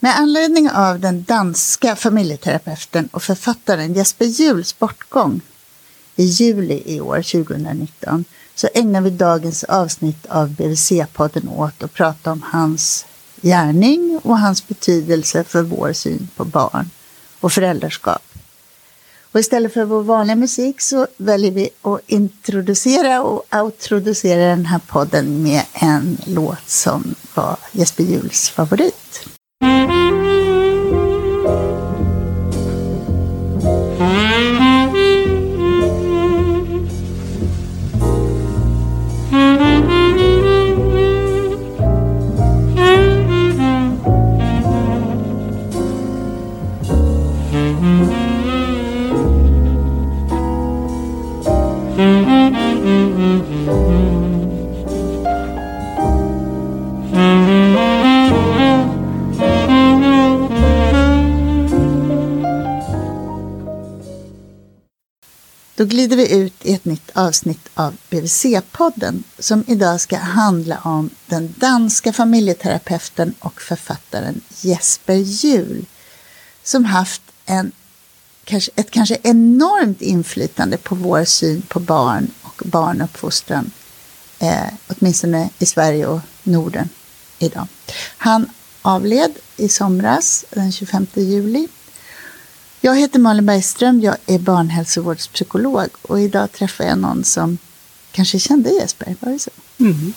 Med anledning av den danska familjeterapeuten och författaren Jesper Juhls bortgång i juli i år, 2019, så ägnar vi dagens avsnitt av BVC-podden åt att prata om hans gärning och hans betydelse för vår syn på barn och föräldraskap. Och istället för vår vanliga musik så väljer vi att introducera och outroducera den här podden med en låt som var Jesper Juhls favorit. Då glider vi ut i ett nytt avsnitt av BVC-podden som idag ska handla om den danska familjeterapeuten och författaren Jesper Juhl som haft ett kanske enormt inflytande på vår syn på barn och barnuppfostran, åtminstone i Sverige och Norden idag. Han avled i somras den 25 juli. Jag heter Malin Bergström, jag är barnhälsovårdspsykolog och idag träffar jag någon som kanske kände Jesper, var det så? Mm.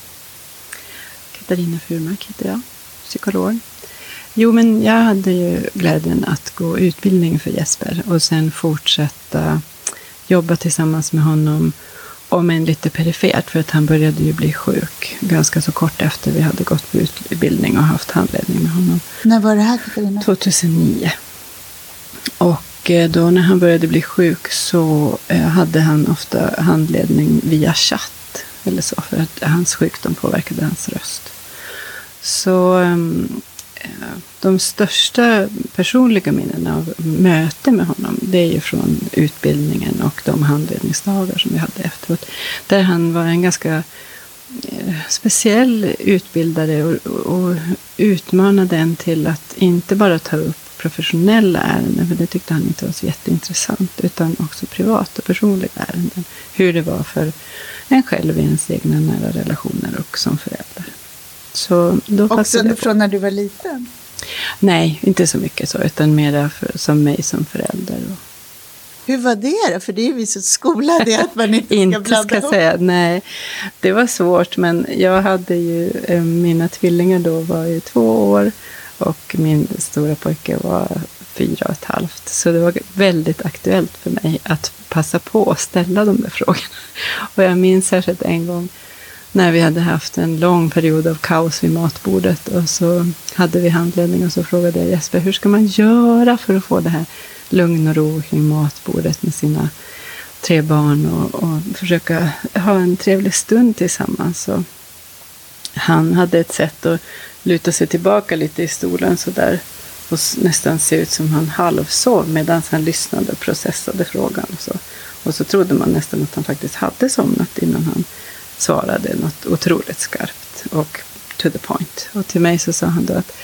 Katarina Furmark heter jag, psykolog. Jo, men jag hade ju glädjen att gå utbildning för Jesper och sen fortsätta jobba tillsammans med honom, om än lite perifert för att han började ju bli sjuk ganska så kort efter vi hade gått på utbildning och haft handledning med honom. När var det här, Katarina? 2009. Och då när han började bli sjuk så hade han ofta handledning via chatt eller så, för att hans sjukdom påverkade hans röst. Så de största personliga minnena av möte med honom, det är ju från utbildningen och de handledningsdagar som vi hade efteråt. Där han var en ganska speciell utbildare och utmanade en till att inte bara ta upp professionella ärenden, för det tyckte han inte var så jätteintressant, utan också privata och personliga ärenden. Hur det var för en själv i ens egna nära relationer och som förälder. Så då också från när du var liten? Nej, inte så mycket så, utan mer som mig som förälder. Hur var det då? För det är ju vi så skolade att man inte ska säga. Nej, det var svårt, men jag hade ju, mina tvillingar då var ju 2 år och min stora pojke var 4,5. Så det var väldigt aktuellt för mig att passa på att ställa de där frågorna. Och jag minns särskilt en gång när vi hade haft en lång period av kaos vid matbordet och så hade vi handledning och så frågade jag Jesper, hur ska man göra för att få det här lugn och ro kring matbordet med sina 3 barn och försöka ha en trevlig stund tillsammans. Och han hade ett sätt att luta sig tillbaka lite i stolen så där och nästan se ut som han halvsov medan han lyssnade och processade frågan. Och så trodde man nästan att han faktiskt hade somnat innan han svarade något otroligt skarpt och to the point. Och till mig så sa han då att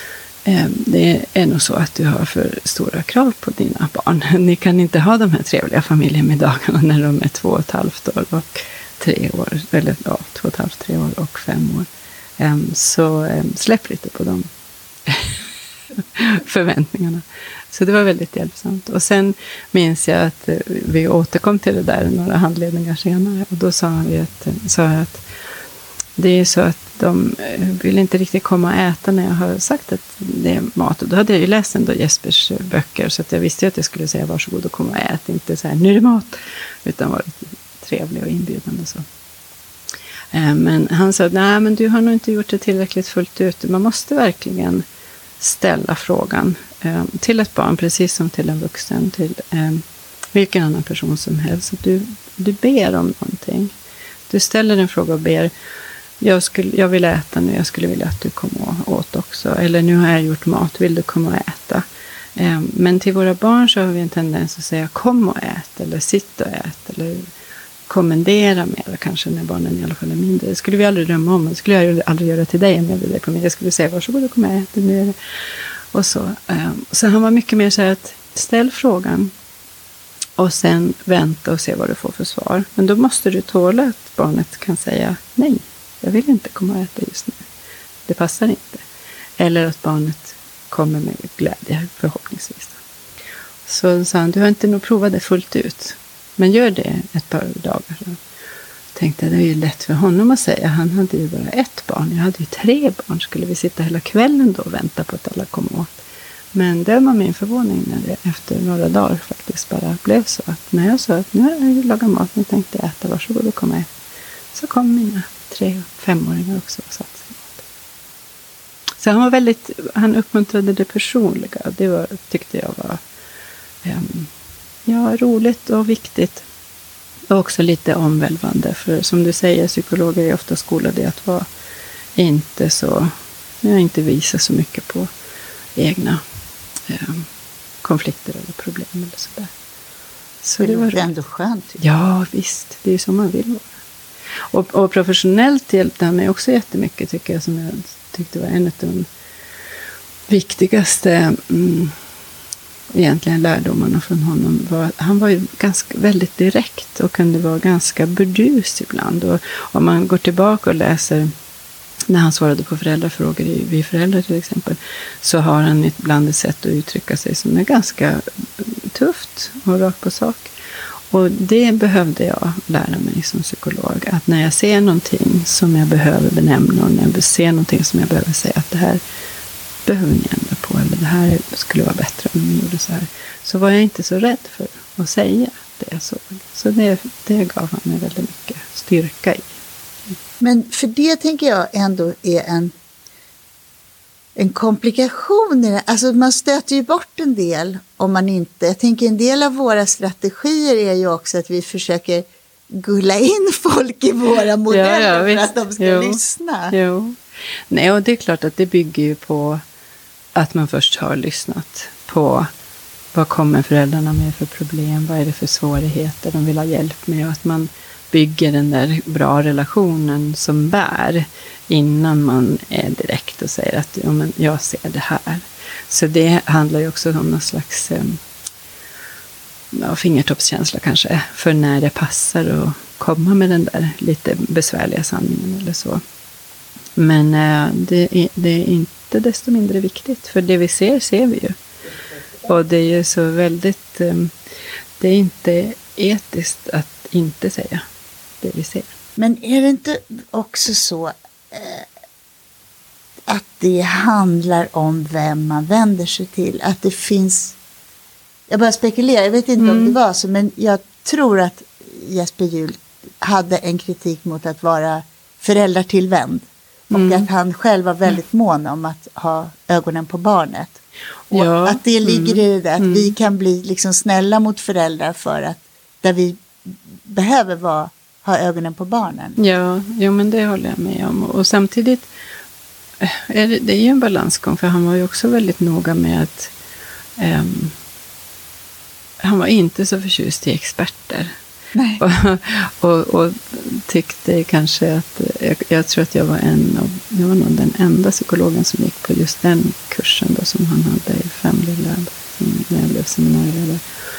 det är nog så att du har för stora krav på dina barn. Ni kan inte ha de här trevliga familjemiddagarna när de är 2,5 år och 3 år. Eller 2,5, 3 år och 5 år. Så släpp lite på de förväntningarna. Så det var väldigt hjälpsamt. Och sen minns jag att vi återkom till det där några handledningar senare. Och då sa jag att det är så att de vill inte riktigt komma och äta när jag har sagt att det är mat. Och då hade jag ju läst ändå Jespers böcker så att jag visste att jag skulle säga varsågod och komma och ät. Inte så här, nu är det mat. Utan var lite trevlig och inbjudande så. Men han sa, nej men du har nog inte gjort det tillräckligt fullt ut. Man måste verkligen ställa frågan till ett barn, precis som till en vuxen, till vilken annan person som helst. Du ber om någonting. Du ställer en fråga och ber, jag vill äta nu, jag skulle vilja att du kommer åt också. Eller nu har jag gjort mat, vill du komma och äta? Men till våra barn så har vi en tendens att säga kom och ät, eller sitt och ät, eller kommendera mer kanske när barnen i alla fall är mindre. Det skulle vi aldrig drömma om. Det skulle jag aldrig göra till dig om jag bjöd dig på mig. Jag skulle säga varsågod och kom med. Och så. Så han var mycket mer så här att ställ frågan och sen vänta och se vad du får för svar. Men då måste du tåla att barnet kan säga nej. Jag vill inte komma och äta just nu. Det passar inte. Eller att barnet kommer med glädje förhoppningsvis. Så sa han, du har inte nog provat det fullt ut. Men gör det ett par dagar. Så tänkte jag, det är ju lätt för honom att säga. Han hade ju bara ett barn. Jag hade ju 3 barn. Skulle vi sitta hela kvällen då och vänta på att alla kom åt. Men det var min förvåning när det efter några dagar faktiskt bara blev så. Att när jag sa att nu har jag lagat mat, nu tänkte jag äta, varsågod och komma. Så kom mina 3- och 5-åringar också och satt sig mat. Så han uppmuntrade det personliga. Det tyckte jag var roligt och viktigt. Och också lite omvälvande. För som du säger, psykologer är ofta skolade att vara inte så, inte visa så mycket på egna konflikter eller problem eller sådär. Så det var ändå skönt. Ja, visst. Det är ju som man vill vara. Och professionellt hjälpte han mig också jättemycket, tycker jag, som jag tyckte var en av de viktigaste egentligen lärdomarna från honom. Han var ju väldigt direkt och kunde vara ganska burdus ibland. Och om man går tillbaka och läser när han svarade på föräldrafrågor i Vi föräldrar till exempel, så har han ibland ett sätt att uttrycka sig som är ganska tufft och rakt på sak. Och det behövde jag lära mig som psykolog. Att när jag ser någonting som jag behöver benämna och när jag ser någonting som jag behöver säga att det här behöver ni ändra på eller det här skulle vara bättre om ni gjorde så här. Så var jag inte så rädd för att säga det jag såg. Så det gav han mig väldigt mycket styrka i. Men för det tänker jag ändå är en komplikation i det. Alltså man stöter ju bort en del om man inte. Jag tänker en del av våra strategier är ju också att vi försöker gulla in folk i våra modeller för att de ska lyssna. Jo. Nej, och det är klart att det bygger ju på att man först har lyssnat på vad kommer föräldrarna med för problem, vad är det för svårigheter de vill ha hjälp med, och att man bygger den där bra relationen som bär innan man är direkt och säger att men jag ser det här. Så det handlar ju också om någon slags fingertoppskänsla kanske för när det passar att komma med den där lite besvärliga sanningen eller så. Men det är inte desto mindre viktigt, för det vi ser vi ju. Och det är ju så väldigt, det är inte etiskt att inte säga det vi ser. Men är det inte också så att det handlar om vem man vänder sig till? Att det finns, jag bara spekulerar, jag vet inte om det var så, men jag tror att Jesper Juhl hade en kritik mot att vara föräldratillvänd. Och att han själv var väldigt mån om att ha ögonen på barnet. Och att det ligger i det där att vi kan bli liksom snälla mot föräldrar för att där vi behöver ha ögonen på barnen. Ja, men det håller jag med om. Och samtidigt är det är ju en balansgång, för han var ju också väldigt noga med att han var inte så förtjust i experter. Nej. Och tyckte kanske att jag tror att jag var nog den enda psykologen som gick på just den kursen då, som han hade i Family Lab när jag blev seminarieledare.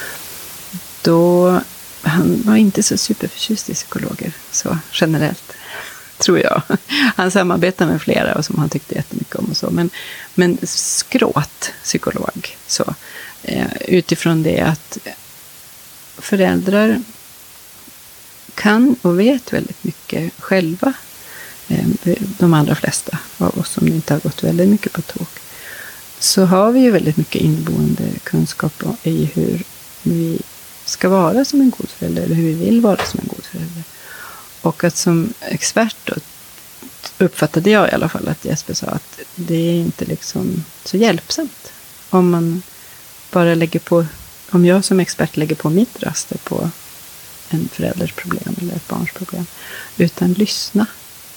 Då han var inte så superförtjust i psykologer så generellt, tror jag. Han samarbetade med flera och som han tyckte jättemycket om och så, men skråt psykolog så utifrån det att föräldrar kan och vet väldigt mycket själva. De allra flesta av oss som inte har gått väldigt mycket på tok. Så har vi ju väldigt mycket inneboende kunskap i hur vi ska vara som en god förälder. Eller hur vi vill vara som en god förälder. Och att som expert då, uppfattade jag i alla fall att Jesper sa att det är inte liksom så hjälpsamt. Om man bara lägger på, om jag som expert lägger på mitt raster på en förälders problem eller ett barns problem, utan lyssna.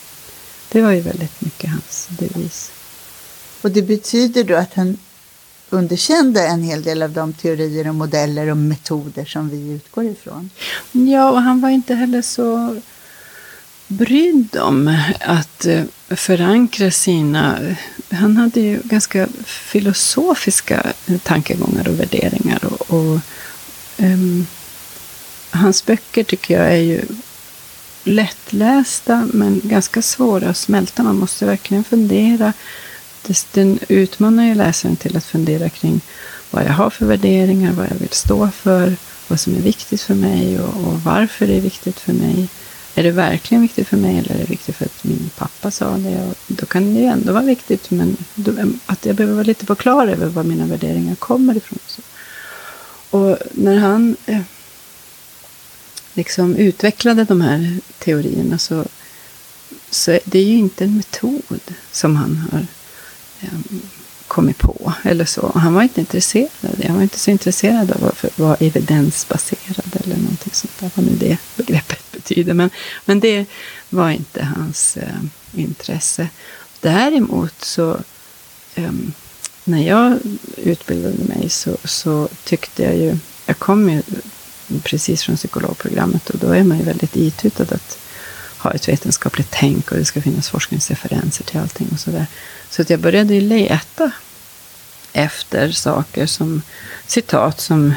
Det var ju väldigt mycket hans devis. Och det betyder då att han underkände en hel del av de teorier och modeller och metoder som vi utgår ifrån. Ja, och han var inte heller så brydd om att förankra sina... Han hade ju ganska filosofiska tankegångar och värderingar. Hans böcker tycker jag är ju lättlästa men ganska svåra att smälta. Man måste verkligen fundera. Den utmanar ju läsaren till att fundera kring vad jag har för värderingar, vad jag vill stå för, vad som är viktigt för mig och varför det är viktigt för mig. Är det verkligen viktigt för mig eller är det viktigt för att min pappa sa det? Och då kan det ju ändå vara viktigt, men att jag behöver vara lite på klar över var mina värderingar kommer ifrån. Och när han liksom utvecklade de här teorierna så det är ju inte en metod som han har kommit på eller så. Han var inte intresserad av det. Han var inte så intresserad av att vara evidensbaserad eller någonting sånt där, vad nu det begreppet betyder. Men det var inte hans intresse. Däremot så när jag utbildade mig så tyckte jag ju, jag kom ju precis från psykologprogrammet och då är man ju väldigt itutad att ha ett vetenskapligt tänk och det ska finnas forskningsreferenser till allting och sådär. Så att jag började ju leta efter saker som citat som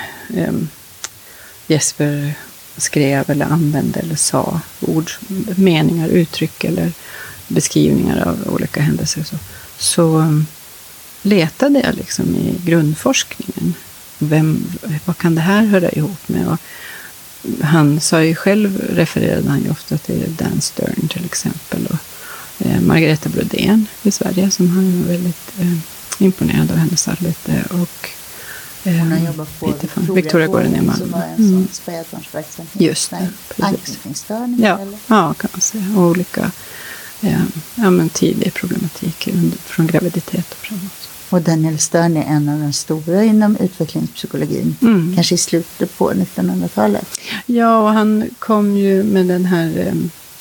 Jesper skrev eller använde eller sa, ord, meningar, uttryck eller beskrivningar av olika händelser. Så letade jag liksom i grundforskningen. Vad kan det här höra ihop med? Och han sa ju själv, refererade han ju ofta till Dan Stern till exempel och Margareta Brodén i Sverige som han var väldigt imponerad av hennes arbete och hon har jobbat på Victoriagården i Malmö. Som var en sån spädbarnsverksamhet. Just det, anknytningsstörning eller? Ja, kan man säga. Och olika tidig problematik från graviditet och framåt. Och Daniel Stern är en av de stora inom utvecklingspsykologin. Kanske i slutet på 1900-talet. Ja, och han kom ju med den här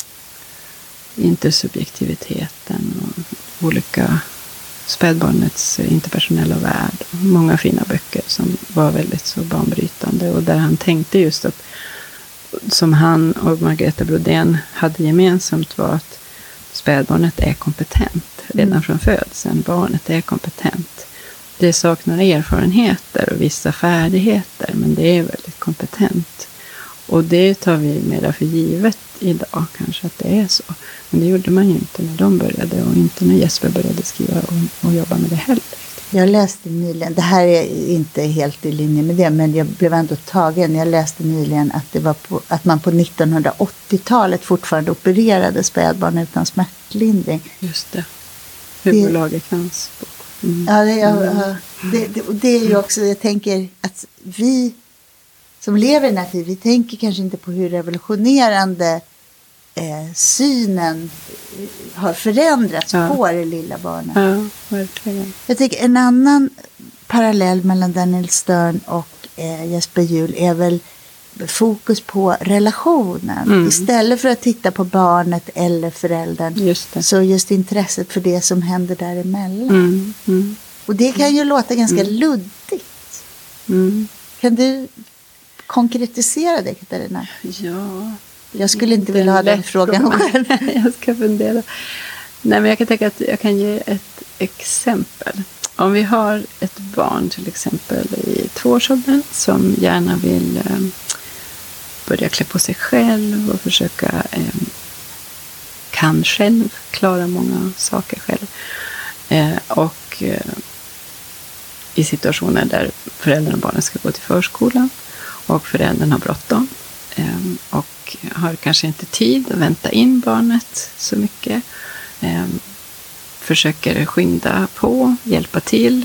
intersubjektiviteten och olika spädbarnets interpersonella värld. Många fina böcker som var väldigt så banbrytande och där han tänkte just att som han och Margareta Brodén hade gemensamt var att spädbarnet är kompetent redan från födseln. Barnet är kompetent. Det saknar erfarenheter och vissa färdigheter, men det är väldigt kompetent. Och det tar vi mera för givet idag kanske att det är så. Men det gjorde man ju inte när de började och inte när Jesper började skriva och jobba med det heller. Jag läste nyligen, det här är inte helt i linje med det, men jag blev ändå tagen. Jag läste nyligen att det var att man på 1980-talet fortfarande opererade spädbarn utan smärtlindring. Just det. Hugo Lagercrantz bok. Ja, det är ju också, jag tänker att vi som lever i den här tiden, vi tänker kanske inte på hur revolutionerande synen har förändrats på det lilla barnet. Ja, verkligen. Jag tycker en annan parallell mellan Daniel Stern och Jesper Juhl är väl fokus på relationen. Istället för att titta på barnet eller föräldern. Så just intresset för det som händer däremellan. Och det kan ju låta ganska luddigt. Kan du konkretisera det, Katarina? Ja. Jag skulle inte vilja ha den frågan själv. Jag ska fundera. Nej, men jag kan tänka att jag kan ge ett exempel. Om vi har ett barn till exempel i 2-årsåldern som gärna vill börja klä på sig själv och försöka kan själv klara många saker själv. Och i situationer där föräldern och barnen ska gå till förskolan och föräldern har bråttom och har kanske inte tid att vänta in barnet så mycket. Försöker skynda på, hjälpa till.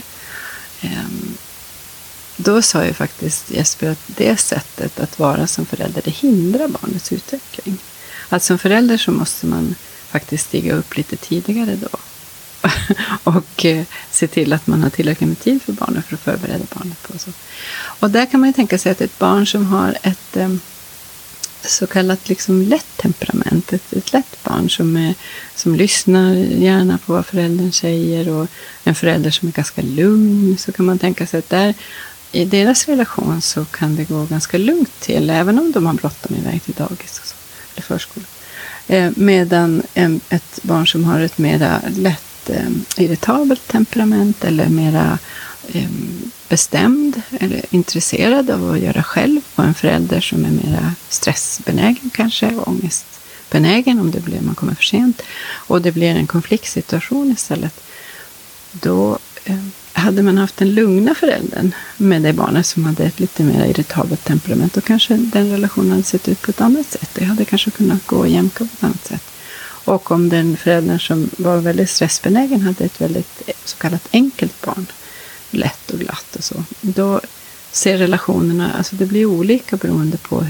Då sa ju faktiskt Jesper att det sättet att vara som förälder, det hindrar barnets utveckling. Att som förälder så måste man faktiskt stiga upp lite tidigare då. Och se till att man har tillräckligt med tid för barnet för att förbereda barnet på så. Och där kan man ju tänka sig att ett barn som har så kallat liksom lätt temperament, ett lätt barn som lyssnar gärna på vad föräldern säger, och en förälder som är ganska lugn, så kan man tänka sig att där i deras relation så kan det gå ganska lugnt till, även om de har bråttom iväg till dagis och så, eller förskola. Medan ett barn som har ett mera lätt irritabelt temperament, eller mera bestämd eller intresserad av att göra själv, och en förälder som är mera stressbenägen kanske, och ångestbenägen om man kommer för sent, och det blir en konfliktsituation istället, då hade man haft den lugna föräldern med det barnet som hade ett lite mer irritabelt temperament, och kanske den relationen hade sett ut på ett annat sätt. Det hade kanske kunnat gå och jämka på ett annat sätt. Och om den föräldern som var väldigt stressbenägen hade ett väldigt så kallat enkelt barn, lätt och glatt och så, då ser relationerna, alltså det blir olika beroende på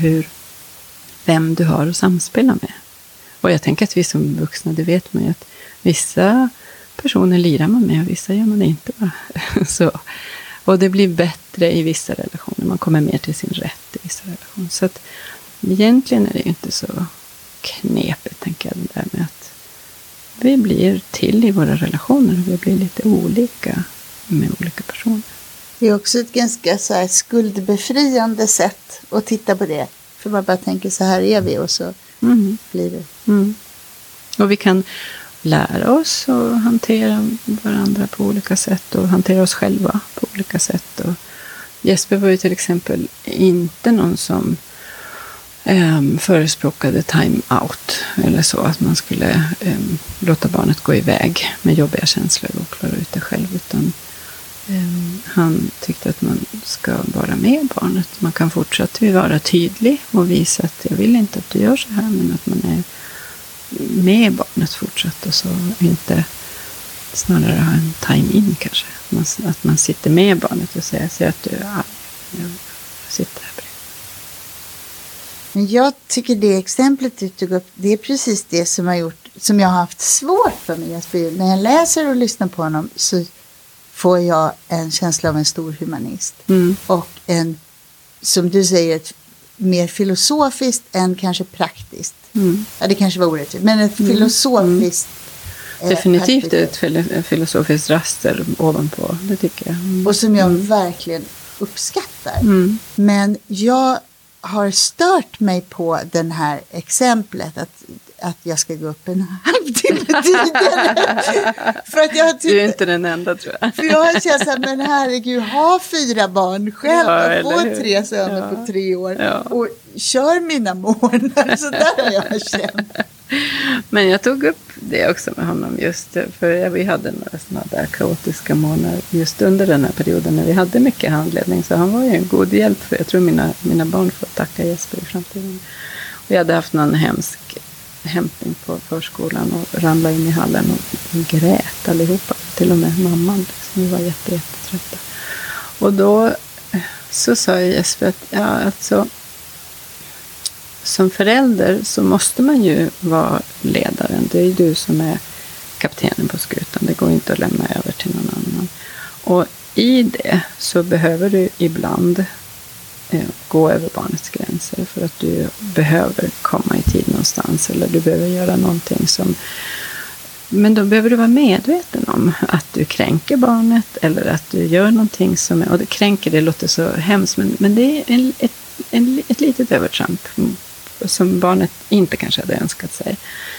vem du har att samspela med. Och jag tänker att vi som vuxna, det vet man ju, att vissa personer lirar man med och vissa gör man inte. Så. Och det blir bättre i vissa relationer. Man kommer mer till sin rätt i vissa relationer. Så att egentligen är det ju inte så knepigt, tänker jag, det där med att vi blir till i våra relationer och vi blir lite olika med olika personer. Det är också ett ganska så här skuldbefriande sätt att titta på det. För man bara tänker, så här är vi, och så blir det. Mm. Och vi kan lära oss att hantera varandra på olika sätt och hantera oss själva på olika sätt. Och Jesper var ju till exempel inte någon som förespråkade time-out eller så, att man skulle låta barnet gå iväg med jobbiga känslor och klara ut det själv, utan han tyckte att man ska vara med barnet. Man kan fortsätta vara tydlig och visa att jag vill inte att du gör så här, men att man är med barnet fortsatt, och så inte snarare ha en time-in kanske. Att man sitter med barnet och säger att du sitter här bredvid. Men jag tycker det exemplet du tog upp, det är precis det som jag har haft svårt för mig. När jag läser och lyssnar på honom så får jag en känsla av en stor humanist. Och en, som du säger, ett mer filosofiskt än kanske praktiskt. Ja, det kanske var orättvist, men ett filosofiskt definitivt ett filosofiskt raster ovanpå, det tycker jag. Och som jag verkligen uppskattar. Men jag har stört mig på den här exemplet att jag ska gå upp en halvtimme tidigare. För att jag du är inte den enda, tror jag. För jag har känt att, men herregud, ha 4 barn själv, få 3 söner på 3 år och kör mina månader. Så där har jag känt. Men jag tog upp det också med honom, just för vi hade några sådana där kaotiska månader just under den här perioden när vi hade mycket handledning, så han var ju en god hjälp, för jag tror mina barn får tacka Jesper i framtiden. Och jag hade haft någon hemsk hämtning på förskolan och ramlade in i hallen och grät allihopa, till och med mamman liksom. Vi var jättetrötta. Och då så sa jag Jesper att alltså, som förälder så måste man ju vara ledaren. Det är ju du som är kaptenen på skutan. Det går inte att lämna över till någon annan. Och i det så behöver du ibland gå över barnets gränser, för att du behöver komma i tid någonstans, eller du behöver göra någonting som... Men då behöver du vara medveten om att du kränker barnet, eller att du gör någonting som... Och det kränker, det låter så hemskt, men det är ett litet övertramp som barnet inte kanske hade önskat sig.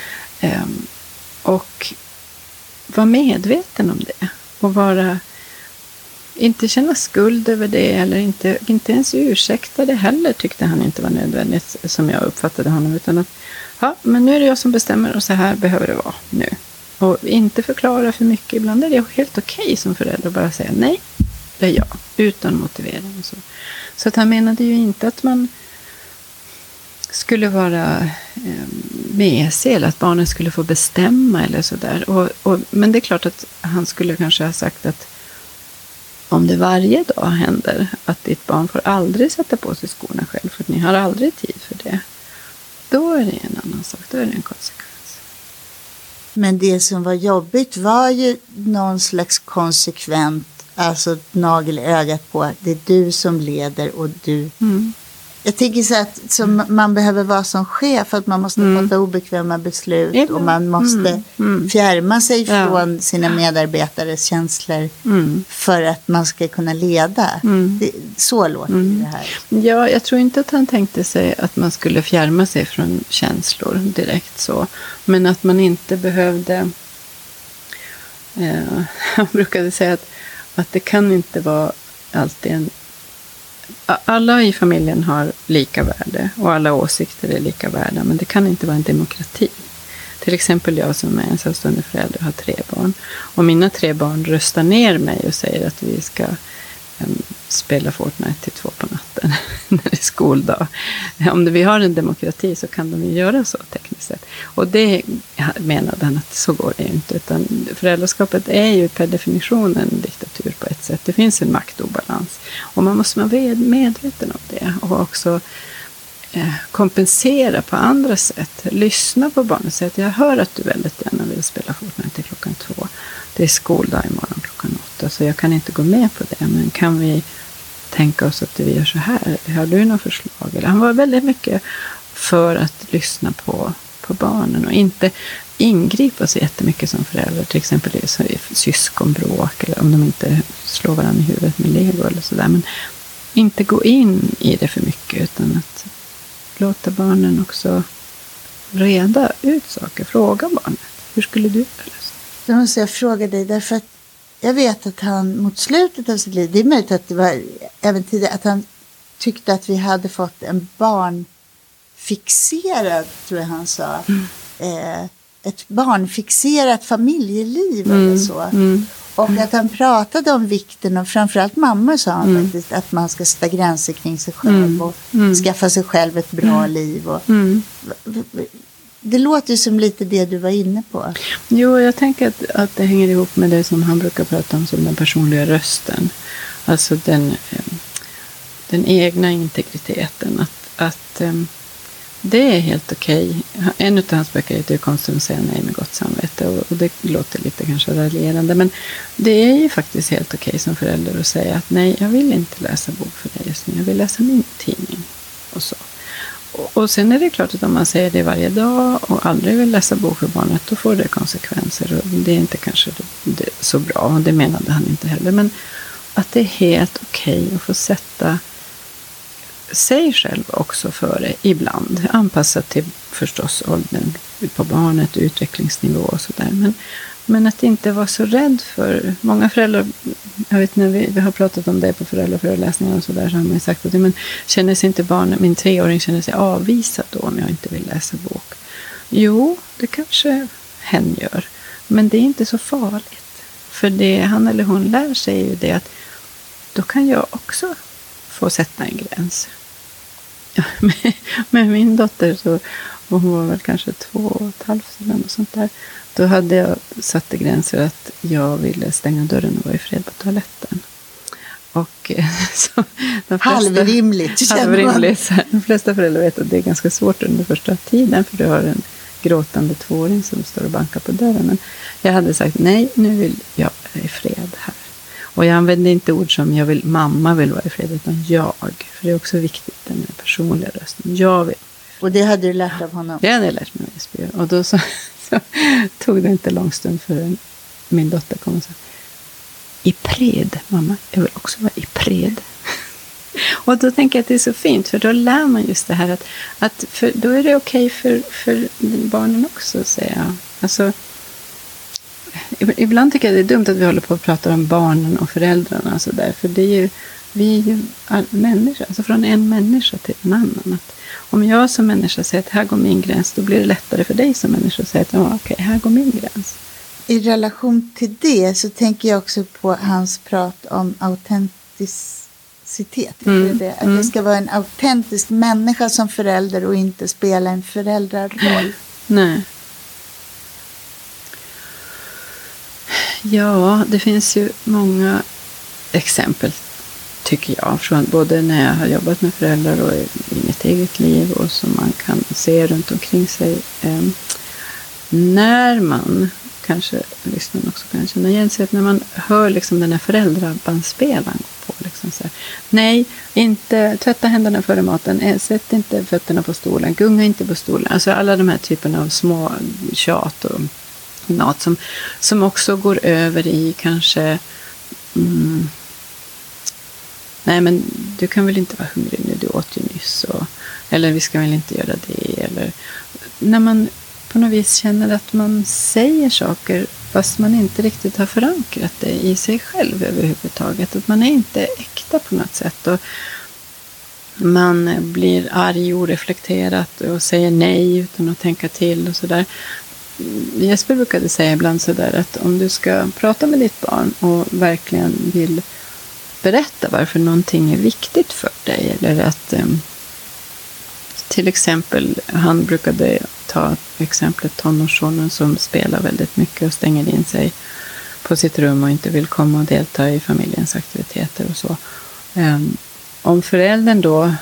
Och vara medveten om det. Och inte känna skuld över det, eller inte ens ursäkta det heller, tyckte han inte var nödvändigt, som jag uppfattade honom. Utan att, men nu är det jag som bestämmer och så här behöver det vara nu. Och inte förklara för mycket. Ibland är det helt okej som förälder att bara säga nej, det är jag, utan motivering och så. Så att han menade ju inte att man skulle vara mesig, eller att barnen skulle få bestämma eller sådär. Men det är klart att han skulle kanske ha sagt att om det varje dag händer att ditt barn får aldrig sätta på sig skorna själv, för att ni har aldrig tid för det, då är det en annan sak, då är det en konsekvens. Men det som var jobbigt var ju någon slags konsekvent, alltså nagel i ögat på att det är du som leder och du Jag tänker så att som man behöver vara som chef, att man måste fatta obekväma beslut och man måste fjärma sig från sina medarbetares känslor för att man ska kunna leda. Så låter det här. Ja, jag tror inte att han tänkte sig att man skulle fjärma sig från känslor direkt så. Men att man inte behövde... han brukade säga att det kan inte vara alltid en... Alla i familjen har lika värde och alla åsikter är lika värda, men det kan inte vara en demokrati. Till exempel jag som är ensamstående förälder har 3 barn. Och mina 3 barn röstar ner mig och säger att vi ska spela Fortnite till 2 på natten när det är skoldag. Om vi har en demokrati så kan de ju göra så tekniskt sett. Och det menade han att så går det ju inte. Utan föräldraskapet är ju per definition en diktatur på ett sätt. Det finns en maktobalans. Och man måste vara medveten om det. Och också kompensera på andra sätt. Lyssna på barnet och säga att jag hör att du väldigt gärna vill spela Fortnite till 2. Det är skoldag imorgon 8. Så jag kan inte gå med på det. Men kan vi tänka oss att vi gör så här? Har du några förslag? Eller han var väldigt mycket för att lyssna på barnen. Och inte ingripa så jättemycket som förälder. Till exempel i syskonbråk. Eller om de inte slår varandra i huvudet med lego eller sådär. Men inte gå in i det för mycket. Utan att låta barnen också reda ut saker. Fråga barnet. Hur skulle du göra? Då måste jag fråga dig, därför att jag vet att han mot slutet av sitt liv, det är möjligt att det var även tidigare, att han tyckte att vi hade fått en barnfixerad, tror jag han sa, ett barnfixerat familjeliv eller så. Och att han pratade om vikten av, framförallt mamma sa han faktiskt, att man ska sätta gränser kring sig själv och skaffa sig själv ett bra liv. Och, det låter ju som lite det du var inne på. Jo, jag tänker att det hänger ihop med det som han brukar prata om som den personliga rösten. Alltså den egna integriteten. Att det är helt okej. En av hans böcker heter Konsten att säga nej med gott samvete. Och det låter lite kanske raljerande. Men det är ju faktiskt helt okej som förälder att säga att nej, jag vill inte läsa bok för dig just nu. Jag vill läsa min tidning. Och så. Och sen är det klart att om man säger det varje dag och aldrig vill läsa bok för barnet, då får det konsekvenser. Och det är inte kanske det så bra, och det menade han inte heller. Men att det är helt okej att få sätta sig själv också före ibland. Anpassat till förstås åldern på barnet, utvecklingsnivå och sådär. Men att inte vara så rädd för många föräldrar. Jag vet när vi har pratat om det på föräldraföreläsningar och sådär, så har man sagt att men känner sig inte barnet, min 3-åring känner sig avvisad då om jag inte vill läsa bok. Jo, det kanske hen gör. Men det är inte så farligt. För det han eller hon lär sig är ju det att då kan jag också få sätta en gräns. Ja, med min dotter så, och hon var väl kanske 2,5 eller något sånt där. Då hade jag satt gränser att jag ville stänga dörren och vara i fred på toaletten. Och så halvrimligt. De flesta föräldrar vet att det är ganska svårt under första tiden, för du har en gråtande 2-åring som står och bankar på dörren. Men jag hade sagt nej, nu vill jag vara i fred här. Och jag använde inte ord som mamma vill vara i fred, utan jag. För det är också viktigt, den personliga rösten. Jag vill. Och det hade du lärt av honom? Det hade jag lärt mig av Jesper. Och då så tog det inte lång stund för min dotter kom och sa: i pred, mamma. Jag vill också vara i pred. Och då tänker jag att det är så fint, för då lär man just det här att för, då är det okej för barnen också, säger jag. Alltså, ibland tycker jag det är dumt att vi håller på att prata om barnen och föräldrarna och så där, för det är ju, vi är ju människor, alltså från en människa till en annan. Att om jag som människa säger att här går min gräns, då blir det lättare för dig som människa att säga att okej, här går min gräns. I relation till det så tänker jag också på hans prat om autenticitet. Att det ska vara en autentisk människa som förälder och inte spela en föräldraroll. Nej. Ja, det finns ju många exempel, tycker jag, från både när jag har jobbat med föräldrar och i mitt eget liv, och som man kan se runt omkring sig. När man kanske lyssnar också kan känna igen sig, att när man hör liksom den här föräldrabandspelaren på liksom Så här, nej, inte tvätta händerna före maten. Sätt inte fötterna på stolen. Gunga inte på stolen. Alltså alla de här typerna av små tjat och mat som också går över i kanske nej, men du kan väl inte vara hungrig nu, du åt ju nyss. Eller vi ska väl inte göra det. Eller när man på något vis känner att man säger saker fast man inte riktigt har förankrat det i sig själv överhuvudtaget. Att man är inte äkta på något sätt. Och man blir arg och reflekterat och säger nej utan att tänka till och sådär. Jesper brukade säga ibland sådär att om du ska prata med ditt barn och verkligen vill berätta varför någonting är viktigt för dig. Eller att till exempel, han brukade ta exemplet tonårssonen som spelar väldigt mycket och stänger in sig på sitt rum och inte vill komma och delta i familjens aktiviteter och så. Om föräldern då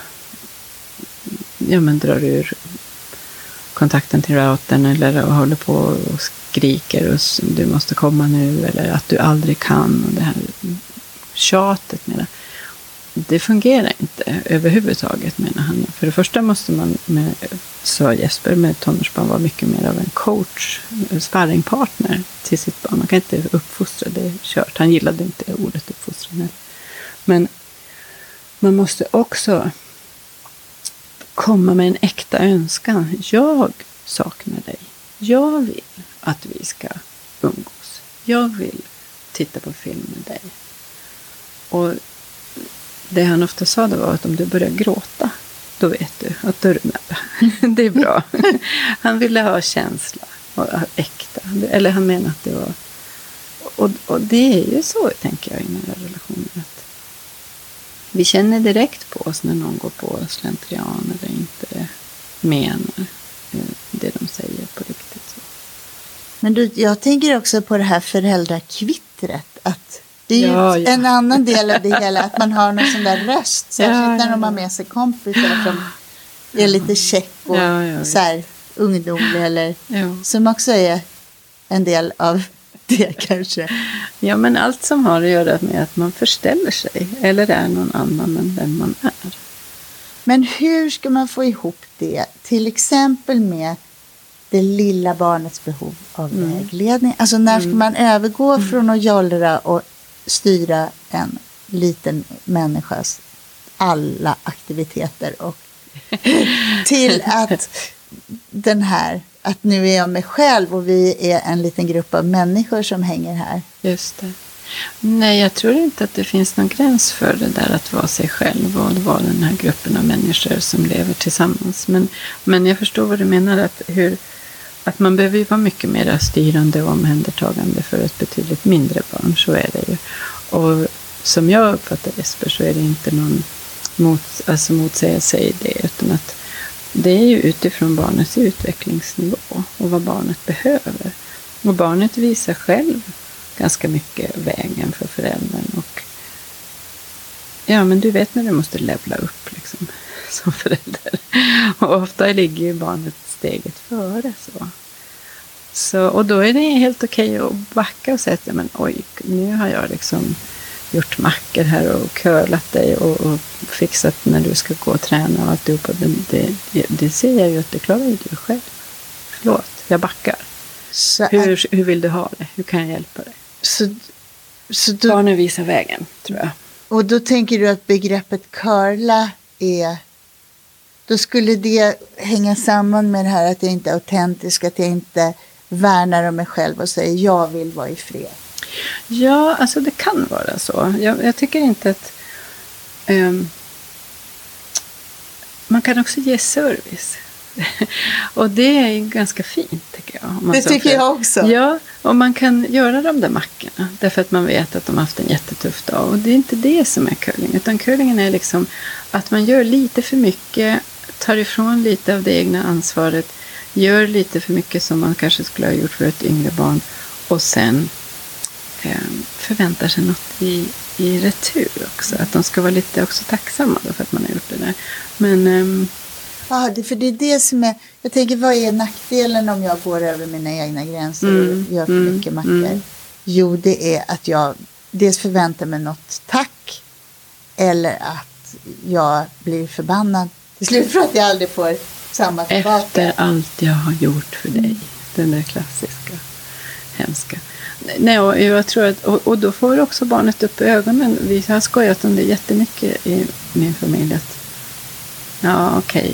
drar ur kontakten till routern eller håller på och skriker och du måste komma nu eller att du aldrig kan och det här tjatet med det fungerar inte överhuvudtaget, menar han. För det första måste man, sa Jesper, med tonårsbarn vara mycket mer av en coach, sparringpartner till sitt barn. Man kan inte uppfostra, det är kört. Han gillade inte ordet uppfostran. Men man måste också komma med en äkta önskan. Jag saknar dig. Jag vill att vi ska umgås. Jag vill titta på film med dig. Och det han ofta sa det var att om du börjar gråta, då vet du att då är du nära. Det är bra. Han ville ha känsla och äkta. Eller han menade att det var... Och det är ju så, tänker jag, i nära relationer. Att vi känner direkt på oss när någon går på slentrian eller inte menar det de säger på riktigt. Så. Men jag tänker också på det här föräldrakvittret. Att det är ju en annan del av det hela. Att man har någon sån där röst. Särskilt när de har med sig kompisar som är lite check och så här, ungdomlig. Eller, som också är en del av det kanske. Ja, men allt som har att göra med att man förställer sig. Eller är någon annan än den man är. Men hur ska man få ihop det? Till exempel med det lilla barnets behov av vägledning. Alltså när ska man övergå från att jollra och styra en liten människas alla aktiviteter och till att den här, att nu är jag mig själv och vi är en liten grupp av människor som hänger här. Just det. Nej, jag tror inte att det finns någon gräns för det där att vara sig själv och vara den här gruppen av människor som lever tillsammans. Men jag förstår vad du menar, att man behöver ju vara mycket mer styrande och omhändertagande för ett betydligt mindre barn, så är det ju. Och som jag uppfattar Jesper så är det inte någon motsägelse i det, utan att det är ju utifrån barnets utvecklingsnivå och vad barnet behöver. Och barnet visar själv ganska mycket vägen för föräldern. Och ja, men du vet när du måste levla upp liksom, som förälder. Och ofta ligger ju barnet steget före så. Och då är det helt okej att backa och säga att men oj, nu har jag liksom gjort mackor här och curlat dig och fixat när du ska gå och träna och alltihopa. Det ser jag ju att det klarar ju du själv. Förlåt, jag backar. Hur vill du ha det? Hur kan jag hjälpa dig? Så barnen visar vägen, tror jag. Och då tänker du att begreppet curla är... Då skulle det hänga samman med det här att jag inte är autentisk, att jag inte värnar om mig själv och säger jag vill vara i fred. Ja, alltså det kan vara så. Jag tycker inte att... man kan också ge service. Och det är ganska fint, tycker jag. Det tycker jag också. Ja, och man kan göra de där mackorna. Därför att man vet att de har haft en jättetuff dag. Och det är inte det som är curling. Utan curlingen är liksom att man gör lite för mycket, tar ifrån lite av det egna ansvaret, gör lite för mycket som man kanske skulle ha gjort för ett yngre barn. Och sen förväntar sig något i retur också. Att de ska vara lite också tacksamma då för att man har gjort det där. Men... för det är det som är... Jag tänker, vad är nackdelen om jag går över mina egna gränser och gör för mycket mackor? Jo, det är att jag dels förväntar mig något tack. eller att jag blir förbannad till slut för att jag aldrig får samma tillbaka. Efter allt jag har gjort för dig. Den där klassiska, hemska. Nej, och jag tror att, och då får också barnet upp ögonen. Vi har skojat om det jättemycket i min familj. Att, ja, okej.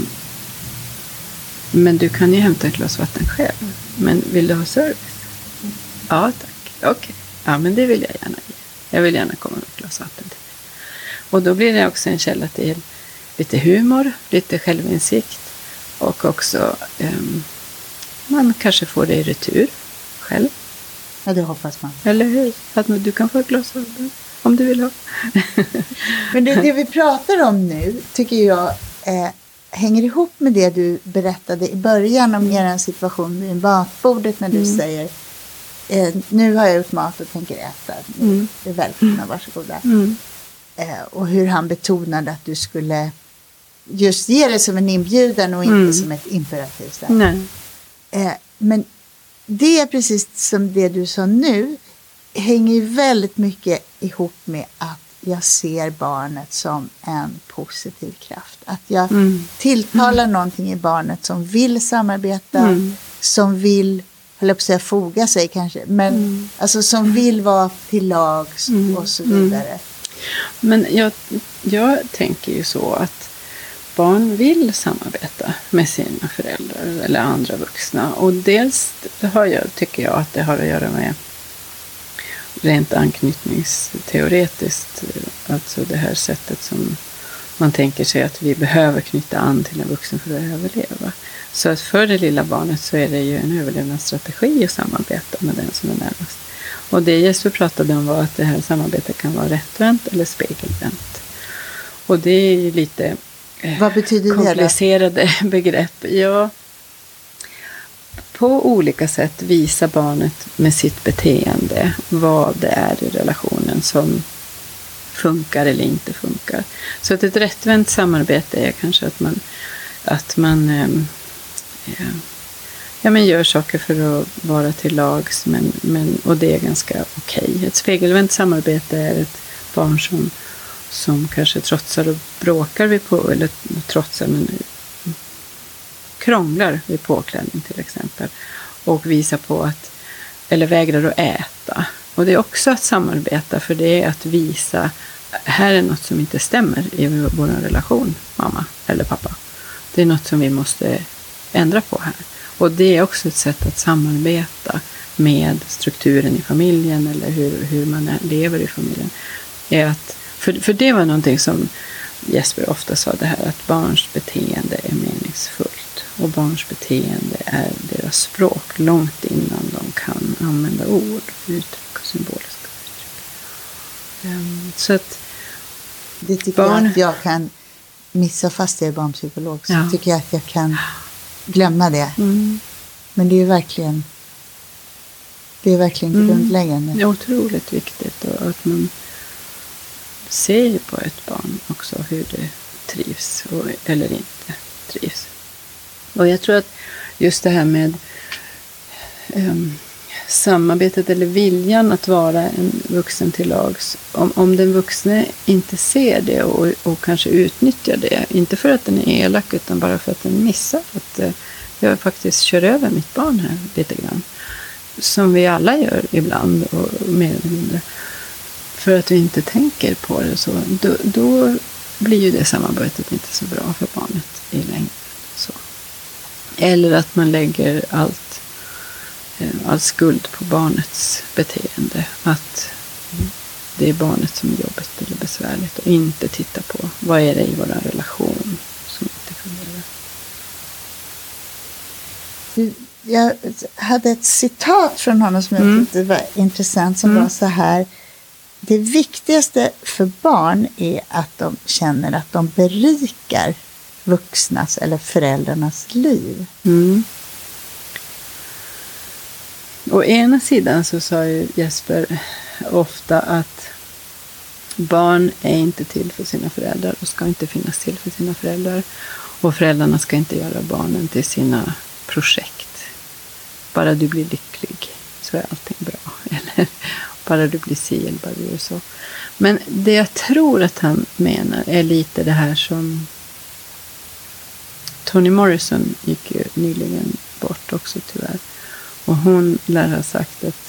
Men du kan ju hämta ett glas vatten själv. Men vill du ha service? Ja, tack. Okej. Ja, men det vill jag gärna ge. Jag vill gärna komma med ett glas vatten till dig. Och då blir det också en källa till lite humor, lite självinsikt. Och också man kanske får det i retur själv. Ja, det hoppas man. Eller hur? Att du kan få ett glas vatten om du vill ha. Men det vi pratar om nu tycker jag hänger ihop med det du berättade i början om er situation vid matbordet när du säger nu har jag gjort mat och tänker äta. Det är välkomna, varsågoda. Och hur han betonade att du skulle just ge det som en inbjudan och inte som ett imperativ. Nej. Men det är precis som det du sa nu hänger ju väldigt mycket ihop med att jag ser barnet som en positiv kraft. Att jag tilltalar någonting i barnet som vill samarbeta, som vill, höll på att säga foga sig kanske, men alltså som vill vara till lags och så vidare. Men jag tänker ju så att barn vill samarbeta med sina föräldrar eller andra vuxna. Och dels tycker jag att det har att göra med rent anknytningsteoretiskt. Alltså det här sättet som man tänker sig att vi behöver knyta an till en vuxen för att överleva. Så att för det lilla barnet så är det ju en överlevnadsstrategi att samarbeta med den som är närmast. Och det Jesper pratade om var att det här samarbetet kan vara rättvänt eller spegelvänt. Och det är ju lite vad betyder komplicerade begrepp. Ja, på olika sätt visar barnet med sitt beteende vad det är i relationen som funkar eller inte funkar. Så att ett rättvänt samarbete är kanske att man gör saker för att vara till lags, och det är ganska okej. Ett spegelvänt samarbete är ett barn som kanske trotsar och bråkar eller krånglar vid påklädning till exempel, och visar på eller vägrar att äta. Och det är också att samarbeta, för det är att visa här är något som inte stämmer i vår relation, mamma eller pappa. Det är något som vi måste ändra på här. Och det är också ett sätt att samarbeta med strukturen i familjen eller hur man lever i familjen. Är att, för det var någonting som Jesper ofta sa, det här att barns beteende är meningsfullt. Och barns beteende är deras språk långt innan de kan använda ord, uttryck och symboliska uttryck. Så att det tycker jag att jag kan missa, fast jag är barnpsykolog. Så tycker jag att jag kan glömma det. Men det är verkligen grundläggande. Det är otroligt viktigt att man ser på ett barn också hur det trivs eller inte trivs. Och jag tror att just det här med samarbetet eller viljan att vara en vuxen till lags, om den vuxne inte ser det och kanske utnyttjar det, inte för att den är elak utan bara för att den missar att jag faktiskt kör över mitt barn här lite grann, som vi alla gör ibland och mer eller mindre, för att vi inte tänker på det, så då blir ju det samarbetet inte så bra för barnet i längden. Så. Eller att man lägger all skuld på barnets beteende, att det är barnet som är jobbigt eller besvärligt, och inte titta på vad är det i vår relation som inte fungerar. Jag hade ett citat från honom som jag tyckte var intressant, som var så här: det viktigaste för barn är att de känner att de berikar vuxnas eller föräldrarnas liv. Å ena sidan så sa ju Jesper ofta att barn är inte till för sina föräldrar och ska inte finnas till för sina föräldrar. Och föräldrarna ska inte göra barnen till sina projekt. Bara du blir lycklig så är allting bra. bara du blir si eller bara du gör så. Men det jag tror att han menar är lite det här som Toni Morrison gick ju nyligen bort också tyvärr. Och hon lär ha sagt att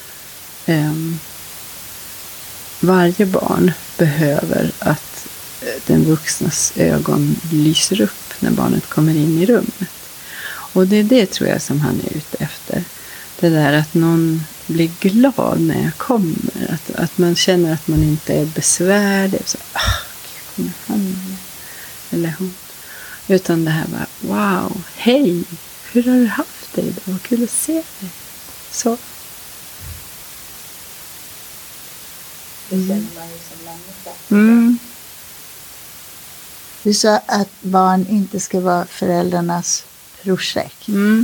varje barn behöver att den vuxnas ögon lyser upp när barnet kommer in i rummet. Och det är det tror jag som han är ute efter. Det där att någon blir glad när jag kommer. Att man känner att man inte är besvärlig. Så, kommer han eller hon. Utan det här bara, wow, hej, hur har du haft det idag? Vad kul att se dig. Så. Det känner man ju som länge. Du sa att barn inte ska vara föräldrarnas projekt.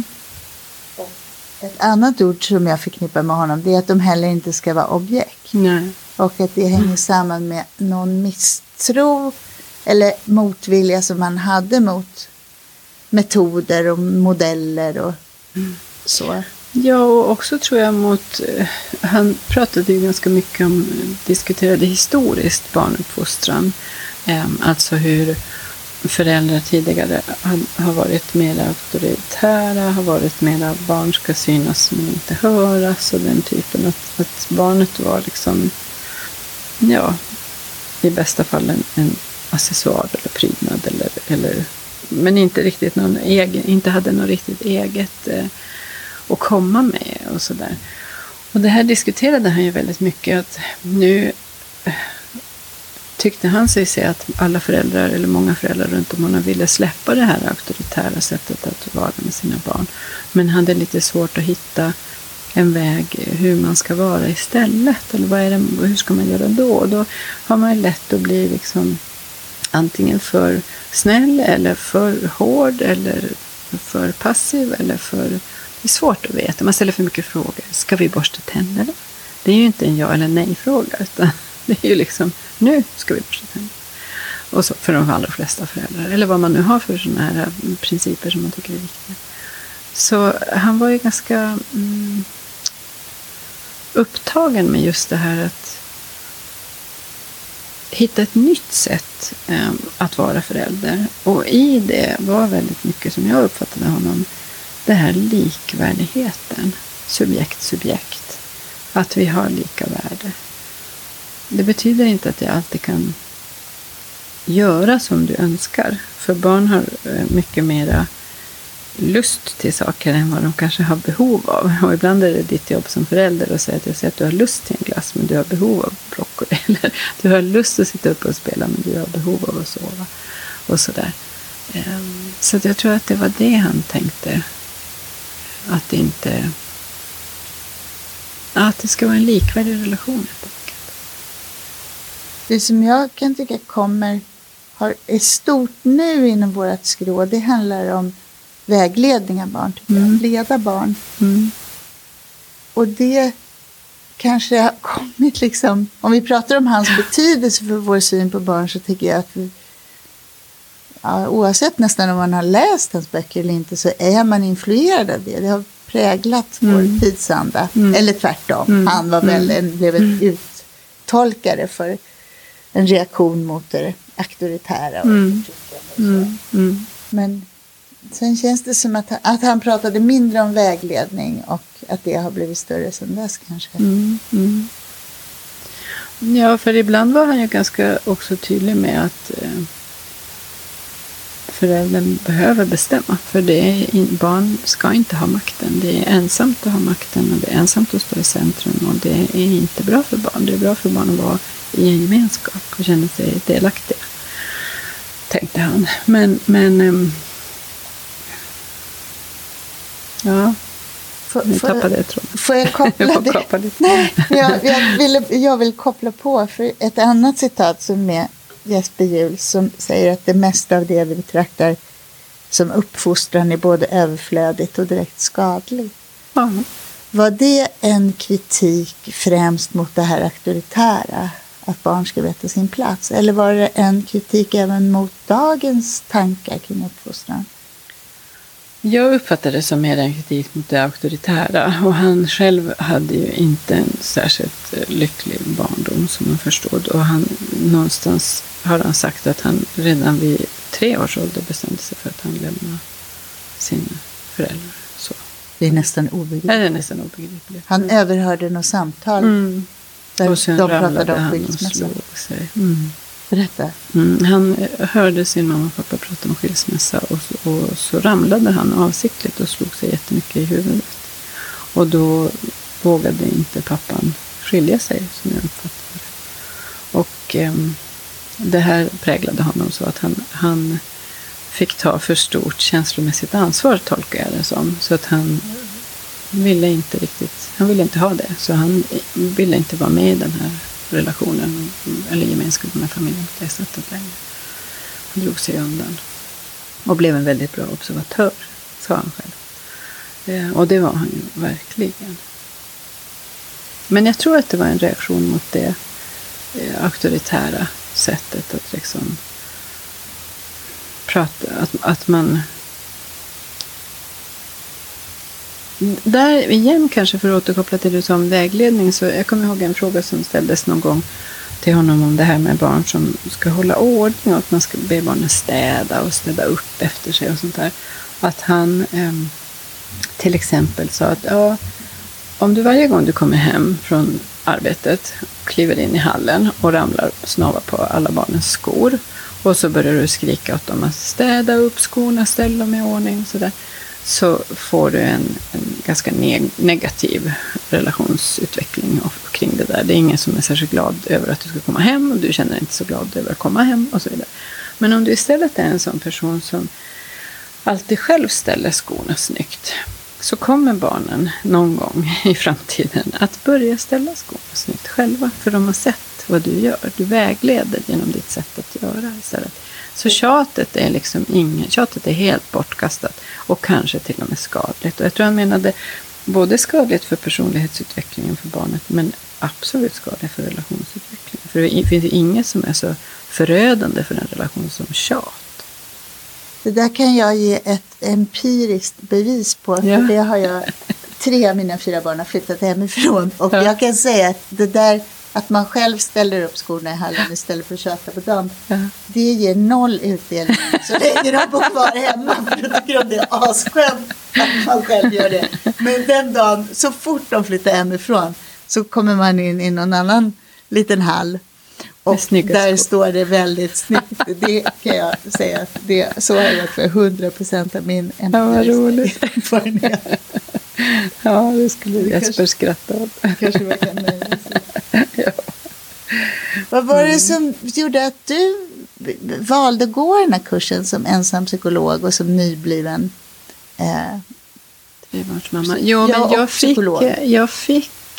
Ett annat ord som jag förknippar med honom, det är att de heller inte ska vara objekt. Nej. Och att det hänger samman med någon misstro eller motvilja som man hade mot metoder och modeller och så. Ja, och också tror jag mot, han pratade ju ganska mycket om, diskuterade historiskt barnuppfostran. Alltså hur föräldrar tidigare har varit mer auktoritära, har varit mer av barn ska synas men inte höras och den typen. Att barnet var liksom, ja, i bästa fall en accessoar eller prydnad eller men inte riktigt någon egen, inte hade något riktigt eget att komma med och sådär. Och det här diskuterade han ju väldigt mycket, att nu tyckte han sig se att alla föräldrar eller många föräldrar runt om honom ville släppa det här auktoritära sättet att vara med sina barn. Men hade lite svårt att hitta en väg hur man ska vara istället. Eller vad är det, hur ska man göra då? Och då har man lätt att bli liksom antingen för snäll eller för hård eller för passiv eller för... Det är svårt att veta. Man ställer för mycket frågor. Ska vi borsta tänderna? Det är ju inte en ja eller nej-fråga, utan det är ju liksom, nu ska vi borsta tänderna. Och så för de allra flesta föräldrar. Eller vad man nu har för sådana här principer som man tycker är viktiga. Så han var ju ganska upptagen med just det här att hitta ett nytt sätt att vara förälder. Och i det var väldigt mycket, som jag uppfattade honom, det här likvärdigheten. Subjekt. Att vi har lika värde. Det betyder inte att jag alltid kan göra som du önskar. För barn har mycket mera lust till saker än vad de kanske har behov av. Och ibland är det ditt jobb som förälder att säga att jag säger att du har lust till en glass men du har behov av broccoli. Eller du har lust att sitta uppe och spela men du har behov av att sova. Och sådär. Så jag tror att det var det han tänkte. Att inte... Att det ska vara en likvärdig relation. Det som jag kan tycka är stort nu inom vårt skrå, det handlar om vägledning av barn, leda barn. Och det kanske har kommit liksom, om vi pratar om hans betydelse för vår syn på barn, så tycker jag att vi, oavsett nästan om man har läst hans böcker eller inte, så är man influerad av det. Det har präglat vår tidsanda. Eller tvärtom. Han var blev en uttolkare för en reaktion mot det auktoritära och förtryckande. Men sen känns det som att han pratade mindre om vägledning och att det har blivit större sedan dess kanske. Ja, för ibland var han ju ganska också tydlig med att föräldern behöver bestämma. För barn ska inte ha makten. Det är ensamt att ha makten och det är ensamt att stå i centrum. Och det är inte bra för barn. Det är bra för barn att vara i en gemenskap och känna sig delaktiga. Tänkte han. Men ja, nu tappade jag tråden. Får jag koppla det? Nej, jag vill koppla på för ett annat citat som är Jesper Juhl, som säger att det mesta av det vi betraktar som uppfostran är både överflödigt och direkt skadligt. Var det en kritik främst mot det här auktoritära, att barn ska veta sin plats? Eller var det en kritik även mot dagens tankar kring uppfostran? Jag uppfattade det som mer en kritik mot det auktoritära. Och han själv hade ju inte en särskilt lycklig barndom, som man förstod. Och någonstans har han sagt att han redan vid 3 års ålder bestämde sig för att han lämnade sina föräldrar. Så. Det är nästan obegripligt. Ja, det är nästan obegripligt. Han överhörde något samtal där och sen de pratade om han skilsmässa. sig. Berätta. Han hörde sin mamma och pappa prata om skilsmässa och så ramlade han avsiktligt och slog sig jättemycket i huvudet. Och då vågade inte pappan skilja sig, som jag uppfattade det. Och det här präglade honom så att han fick ta för stort känslomässigt ansvar, tolkar jag det som. Så att han ville inte ha det. Så han ville inte vara med i den här relationen eller gemenskapen med familjen på det sättet längre. Han drog sig undan och blev en väldigt bra observatör, sa han själv. Och det var han ju verkligen. Men jag tror att det var en reaktion mot det auktoritära sättet att liksom prata, att man där igen, kanske för att återkoppla till det som vägledning, så jag kommer ihåg en fråga som ställdes någon gång till honom om det här med barn som ska hålla ordning och att man ska be barnen städa och städa upp efter sig och sånt där. Att han till exempel sa att om du varje gång du kommer hem från arbetet kliver in i hallen och ramlar och snavar på alla barnens skor och så börjar du skrika åt dem att städa upp skorna, ställa dem i ordning och sådär, så får du en ganska negativ relationsutveckling kring det där. Det är ingen som är särskilt glad över att du ska komma hem och du känner inte så glad över att komma hem och så vidare. Men om du istället är en sån person som alltid själv ställer skorna snyggt, så kommer barnen någon gång i framtiden att börja ställa skorna snyggt själva, för de har sett vad du gör. Du vägleder genom ditt sätt att göra istället. Så tjatet är helt bortkastat och kanske till och med skadligt. Och jag tror han menade både skadligt för personlighetsutvecklingen för barnet, men absolut skadligt för relationsutvecklingen. För det finns inget som är så förödande för en relation som tjat. Det där kan jag ge ett empiriskt bevis på. För det har jag 3 av mina 4 barn har flyttat hemifrån. Och jag kan säga att det där att man själv ställer upp skorna i hallen istället för att köta på dem, det ger 0 utdelning. Så länge de bor kvar hemma, för då tycker de det är asskönt att man själv gör det. Men den dagen, så fort de flyttar hemifrån, så kommer man in i någon annan liten hall. Och där står det väldigt snyggt. Det kan jag säga att så har jag för 100% av min erfarenhet. Ja, det skulle Jesper skratta åt. Kanske man kan nöja sig. Ja. Vad var det som gjorde att du valde att gå den här kursen som ensam psykolog och som nybliven trebarnsmamma? Jo, men jag fick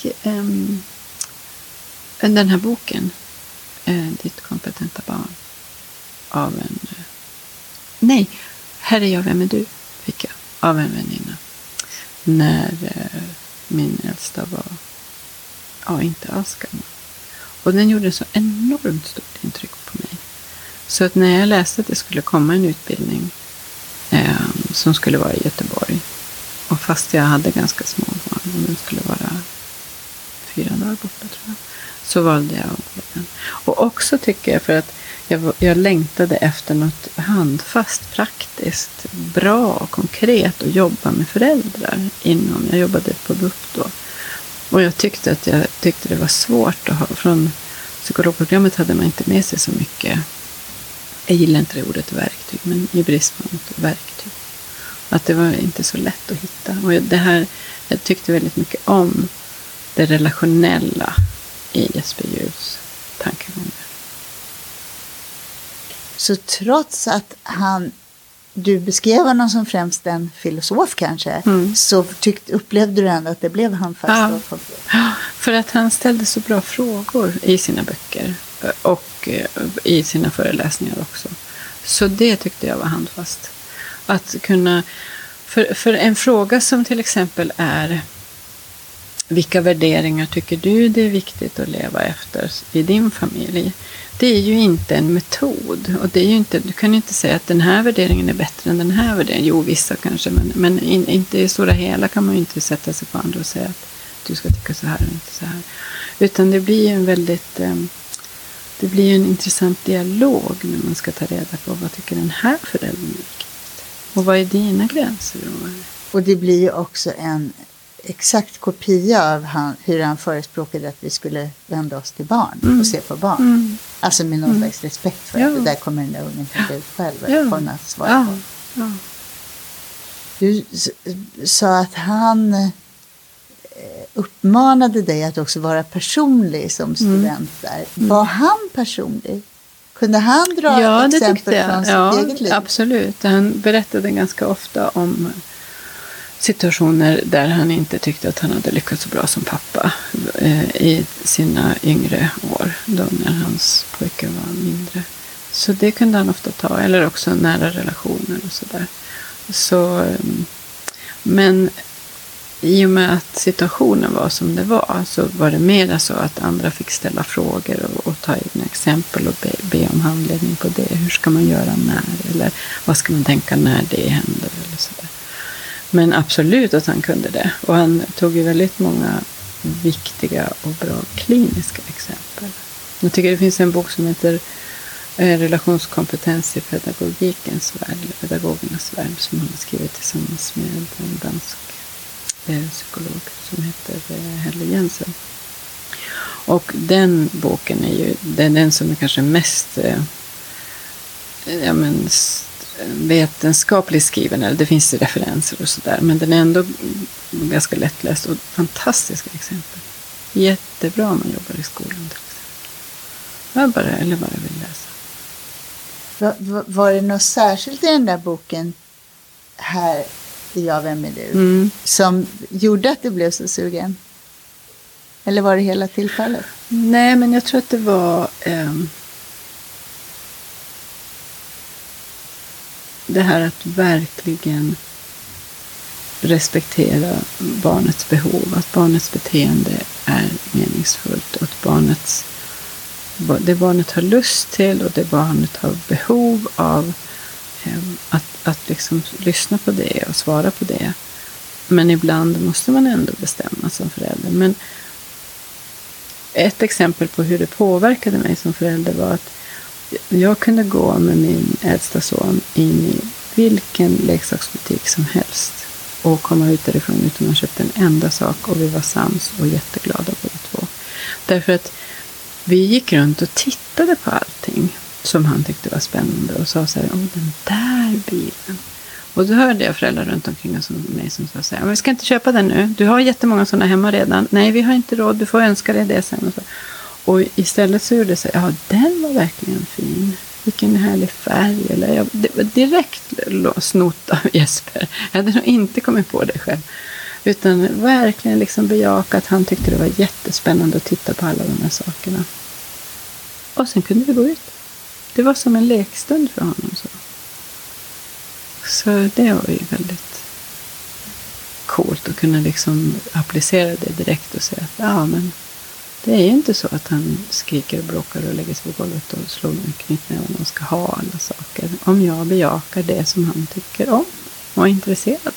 den här boken, Ditt kompetenta barn, av nej, här är jag, vem är du? Fick jag av en väninna. När min äldsta var inte alls gammal. Och den gjorde så enormt stort intryck på mig. Så att när jag läste att det skulle komma en utbildning som skulle vara i Göteborg, och fast jag hade ganska små barn och den skulle vara 4 dagar borta, tror jag, så valde jag att gå den. Och också tycker jag för att jag längtade efter något handfast, praktiskt, bra och konkret att jobba med föräldrar inom. Jag jobbade på BUP då. Och jag tyckte det var svårt att ha. Från psykologprogrammet hade man inte med sig så mycket. Jag gillar inte det ordet verktyg, men i brist på något verktyg. Att det var inte så lätt att hitta. Och jag tyckte väldigt mycket om det relationella i Jesper Juhls tankegångar. Så trots att du beskrev honom som främst en filosof kanske, så upplevde du ändå att det blev handfast? Ja, för att han ställde så bra frågor i sina böcker och i sina föreläsningar också. Så det tyckte jag var handfast. Att kunna, för en fråga som till exempel är vilka värderingar tycker du det är viktigt att leva efter i din familj? Det är ju inte en metod. Och det är ju inte, du kan ju inte säga att den här värderingen är bättre än den här värderingen. Jo, vissa kanske, men inte i stora hela kan man ju inte sätta sig på andra och säga att du ska tycka så här och inte så här. Utan det blir en det blir en intressant dialog när man ska ta reda på vad tycker den här föräldern är viktigt. Och vad är dina gränser? Och det blir ju också en exakt kopia av hur han förespråkade att vi skulle vända oss till barn och se på barn. Mm. Alltså med någon slags respekt för att det där kommer den där ungen till ut själv och kunna svara på. Ja. Du sa att han uppmanade dig att också vara personlig som student där. Var han personlig? Kunde han dra exempel från sitt eget liv? Absolut. Han berättade ganska ofta om situationer där han inte tyckte att han hade lyckats så bra som pappa i sina yngre år, då när hans pojke var mindre. Så det kunde han ofta ta, eller också nära relationer och sådär. Men i och med att situationen var som det var, så var det mer så att andra fick ställa frågor och ta egna exempel och be om handledning på det. Hur ska man göra när? Eller vad ska man tänka när det händer? Eller så där. Men absolut att han kunde det. Och han tog ju väldigt många viktiga och bra kliniska exempel. Jag tycker det finns en bok som heter Relationskompetens i pedagogikens värld, eller pedagogernas värld, som han har skrivit tillsammans med en dansk psykolog som heter Helle Jensen. Och den boken är ju den som är kanske mest vetenskapligt skriven, eller det finns referenser och sådär, men den är ändå ganska lättläst och fantastiska exempel. Jättebra om man jobbar i skolan till exempel. Eller bara vill läsa. Var det något särskilt i den där boken här i Jag, vem är du? Som gjorde att du blev så sugen? Eller var det hela tillfället? Nej, men jag tror att det var det här att verkligen respektera barnets behov. Att barnets beteende är meningsfullt. Och att det barnet har lust till och det barnet har behov av, att liksom lyssna på det och svara på det. Men ibland måste man ändå bestämma som förälder. Men ett exempel på hur det påverkade mig som förälder var att jag kunde gå med min äldsta son in i vilken leksaksbutik som helst och komma ut därifrån utan att köpa en enda sak, och vi var sams och jätteglada båda två. Därför att vi gick runt och tittade på allting som han tyckte var spännande och sa så här: den där bilen. Och då hörde jag föräldrar runt omkring mig som sa så här: vi ska inte köpa den nu, du har jättemånga sådana hemma redan. Nej, vi har inte råd, du får önska dig det sen. Och istället så gjorde det så här: den var verkligen fin. Vilken härlig färg. Det var direkt snott av Jesper. Jag hade nog inte kommit på det själv. Utan verkligen liksom bejaka att han tyckte det var jättespännande att titta på alla de här sakerna. Och sen kunde vi gå ut. Det var som en lekstund för honom. Så det var ju väldigt coolt att kunna liksom applicera det direkt och säga att men det är ju inte så att han skriker och bråkar och lägger sig på golvet och slår med knytnäven och ska ha alla saker. Om jag bejakar det som han tycker om och är intresserad.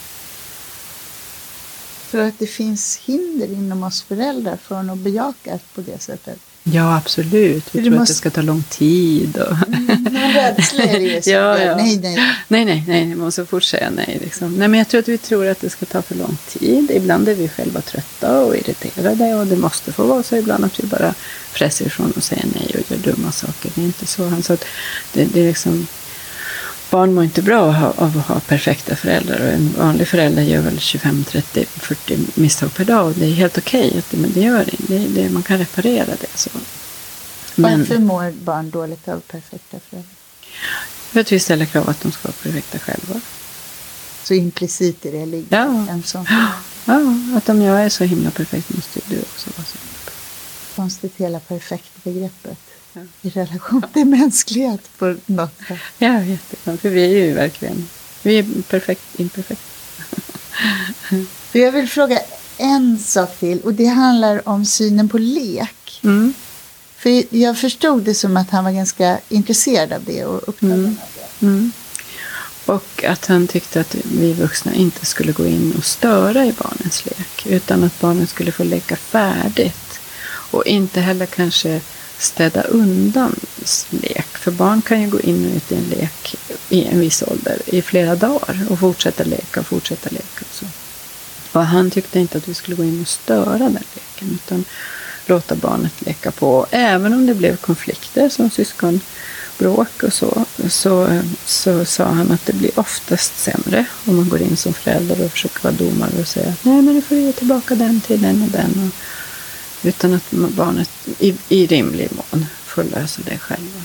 Tror du att det finns hinder inom oss föräldrar för att bejaka på det sättet? Ja, absolut. Vi tror att det ska ta lång tid. Men rädsla är det ju så. Ja. Nej. Man måste fort säga nej. Liksom. Nej, men jag tror att vi tror att det ska ta för lång tid. Ibland är vi själva trötta och irriterade. Och det måste få vara så ibland att vi bara fräser ifrån och säger nej och gör dumma saker. Det är inte så. Han sa att det är liksom... Barn mår inte bra av att ha perfekta föräldrar. Och en vanlig förälder gör väl 25, 30, 40 misstag per dag. Och det är helt okej. Men det gör det. Man kan reparera det. Så. Varför mår barn dåligt av perfekta föräldrar? För att vi ställer krav att de ska vara perfekta själva. Så implicit i det ligger en sån. Ja, att om jag är så himla perfekt måste du också vara så. Konstigt hela perfekt-begreppet. I relation till mänsklighet på något sätt. Ja, jättekonstigt. För vi är ju verkligen, vi är perfekt, imperfekt. Jag vill fråga, en sak till, och det handlar om synen på lek. För jag förstod det som att han var ganska intresserad av det och upptagen av det. Och att han tyckte att vi vuxna inte skulle gå in och störa i barnens lek, utan att barnen skulle få leka färdigt. Och inte heller kanske städa undan lek. För barn kan ju gå in och ut i en lek i en viss ålder i flera dagar och fortsätta leka. Och så. Och han tyckte inte att vi skulle gå in och störa den leken, utan låta barnet leka på. Även om det blev konflikter som syskonbråk och så sa han att det blir oftast sämre om man går in som förälder och försöker vara domare och säga att nej, men nu får du ge tillbaka den till den och den. Utan att barnet i rimlig mån får lösa det själv.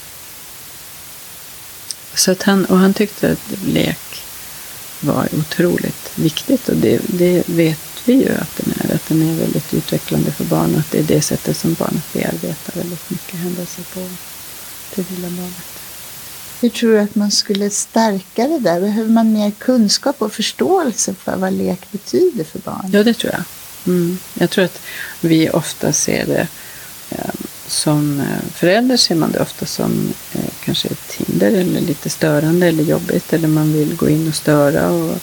Så att han tyckte att lek var otroligt viktigt, och det vet vi ju att den är väldigt utvecklande för barn, att det är det sättet som barnet bearbetar väldigt mycket händelser på det lilla barnet. Hur tror du att man skulle stärka det där? Behöver man mer kunskap och förståelse för vad lek betyder för barn? Ja, det tror jag. Jag tror att vi ofta ser det som förälder, ser man det ofta som kanske ett hinder eller lite störande eller jobbigt, eller man vill gå in och störa och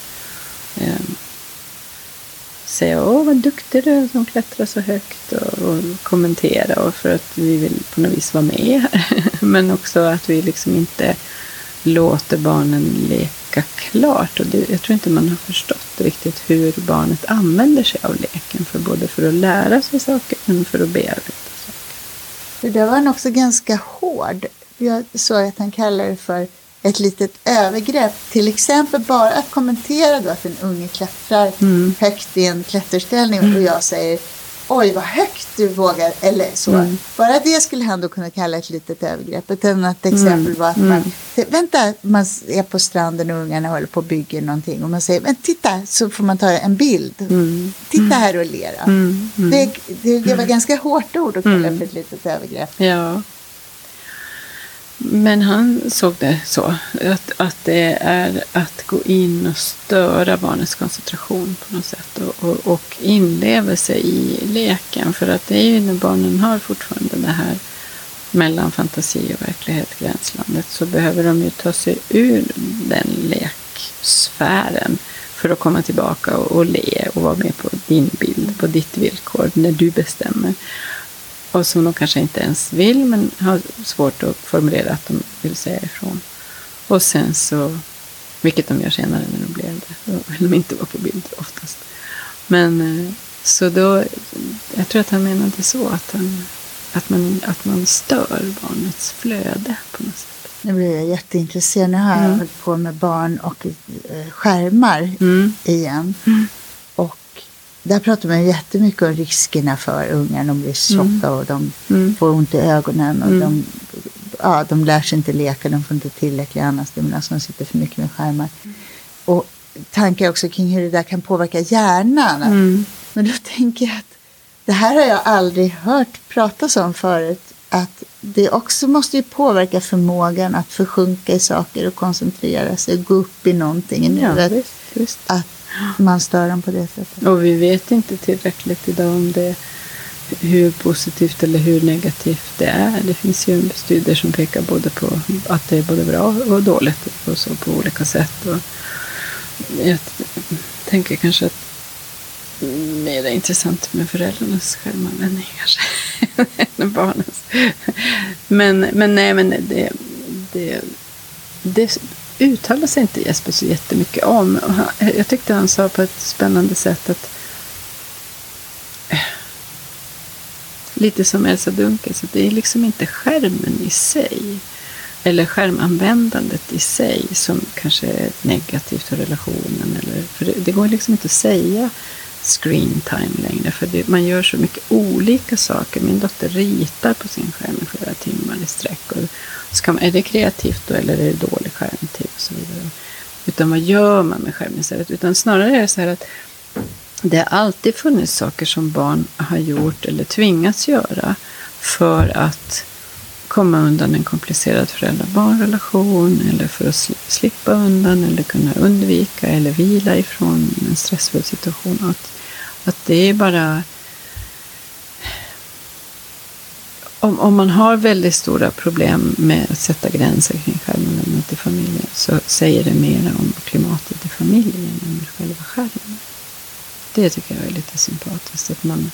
säga vad duktig du är som klättrar så högt, och kommentera, och för att vi vill på något vis vara med här. Men också att vi liksom inte låter barnen leka klart, och jag tror inte man har förstått riktigt hur barnet använder sig av leken, både för att lära sig saker men för att bearbeta saker. Det där var han också ganska hård. Jag såg att han kallar det för ett litet övergrepp. Till exempel bara att kommentera då att en unge klättrar högt i en klätterställning och jag säger oj vad högt du vågar, eller så. Bara det skulle han då kunna kalla ett litet övergrepp. Ett annat exempel var att man är på stranden och ungarna håller på att bygga någonting och man säger, men titta, så får man ta en bild. Titta här och lera. Det var ganska hårt ord att kalla för ett litet övergrepp. Ja. Men han såg det så, att det är att gå in och störa barnets koncentration på något sätt, och inlevelse i leken. För att det är ju när barnen har fortfarande det här mellan fantasi och verklighet, gränslandet, så behöver de ju ta sig ur den leksfären för att komma tillbaka och le och vara med på din bild, på ditt villkor, när du bestämmer. Och som de kanske inte ens vill, men har svårt att formulera att de vill säga ifrån. Och sen så, vilket de gör senare när de blir äldre, då vill de inte vara på bild oftast. Men så då, jag tror att han menade så, att man stör barnets flöde på något sätt. Nu blir jag jätteintresserad. Nu har jag hållit på med barn och skärmar igen. Och där pratar man jättemycket om riskerna för ungar. De blir tjocka och de får ont i ögonen. Och de lär sig inte leka. De får inte tillräcklig annan stimulans. De sitter för mycket med skärmar. Och tankar också kring hur det där kan påverka hjärnan. Men då tänker jag att det här har jag aldrig hört pratas om förut. Att det också måste ju påverka förmågan att försjunka i saker och koncentrera sig och gå upp i någonting. Ja, visst. Att man stör dem på det sättet. Och vi vet inte tillräckligt idag om det, hur positivt eller hur negativt det är. Det finns ju studier som pekar både på att det är både bra och dåligt och så på olika sätt. Och jag tänker kanske att det är intressant med föräldrarnas skärmanvändning kanske än barnens. Men det uttalar sig inte Jesper så jättemycket om. Jag tyckte han sa på ett spännande sätt att lite som Elsa Dunkel, så det är liksom inte skärmen i sig eller skärmanvändandet i sig som kanske är negativt för relationen, eller för det går liksom inte att säga screen time längre, för man gör så mycket olika saker. Min dotter ritar på sin skärm i flera timmar i sträck, och är det kreativt då, eller är det dålig skärmtid och så vidare. Utan vad gör man med skärmen istället? Utan snarare är det så här att det har alltid funnits saker som barn har gjort eller tvingats göra för att komma undan en komplicerad föräldrar-barnrelation, eller för att slippa undan eller kunna undvika eller vila ifrån en stressfull situation. Att det är bara... Om man har väldigt stora problem med att sätta gränser kring skärmanvändandet i familjen, så säger det mer om klimatet i familjen än själva skärmen. Det tycker jag är lite sympatiskt. Att man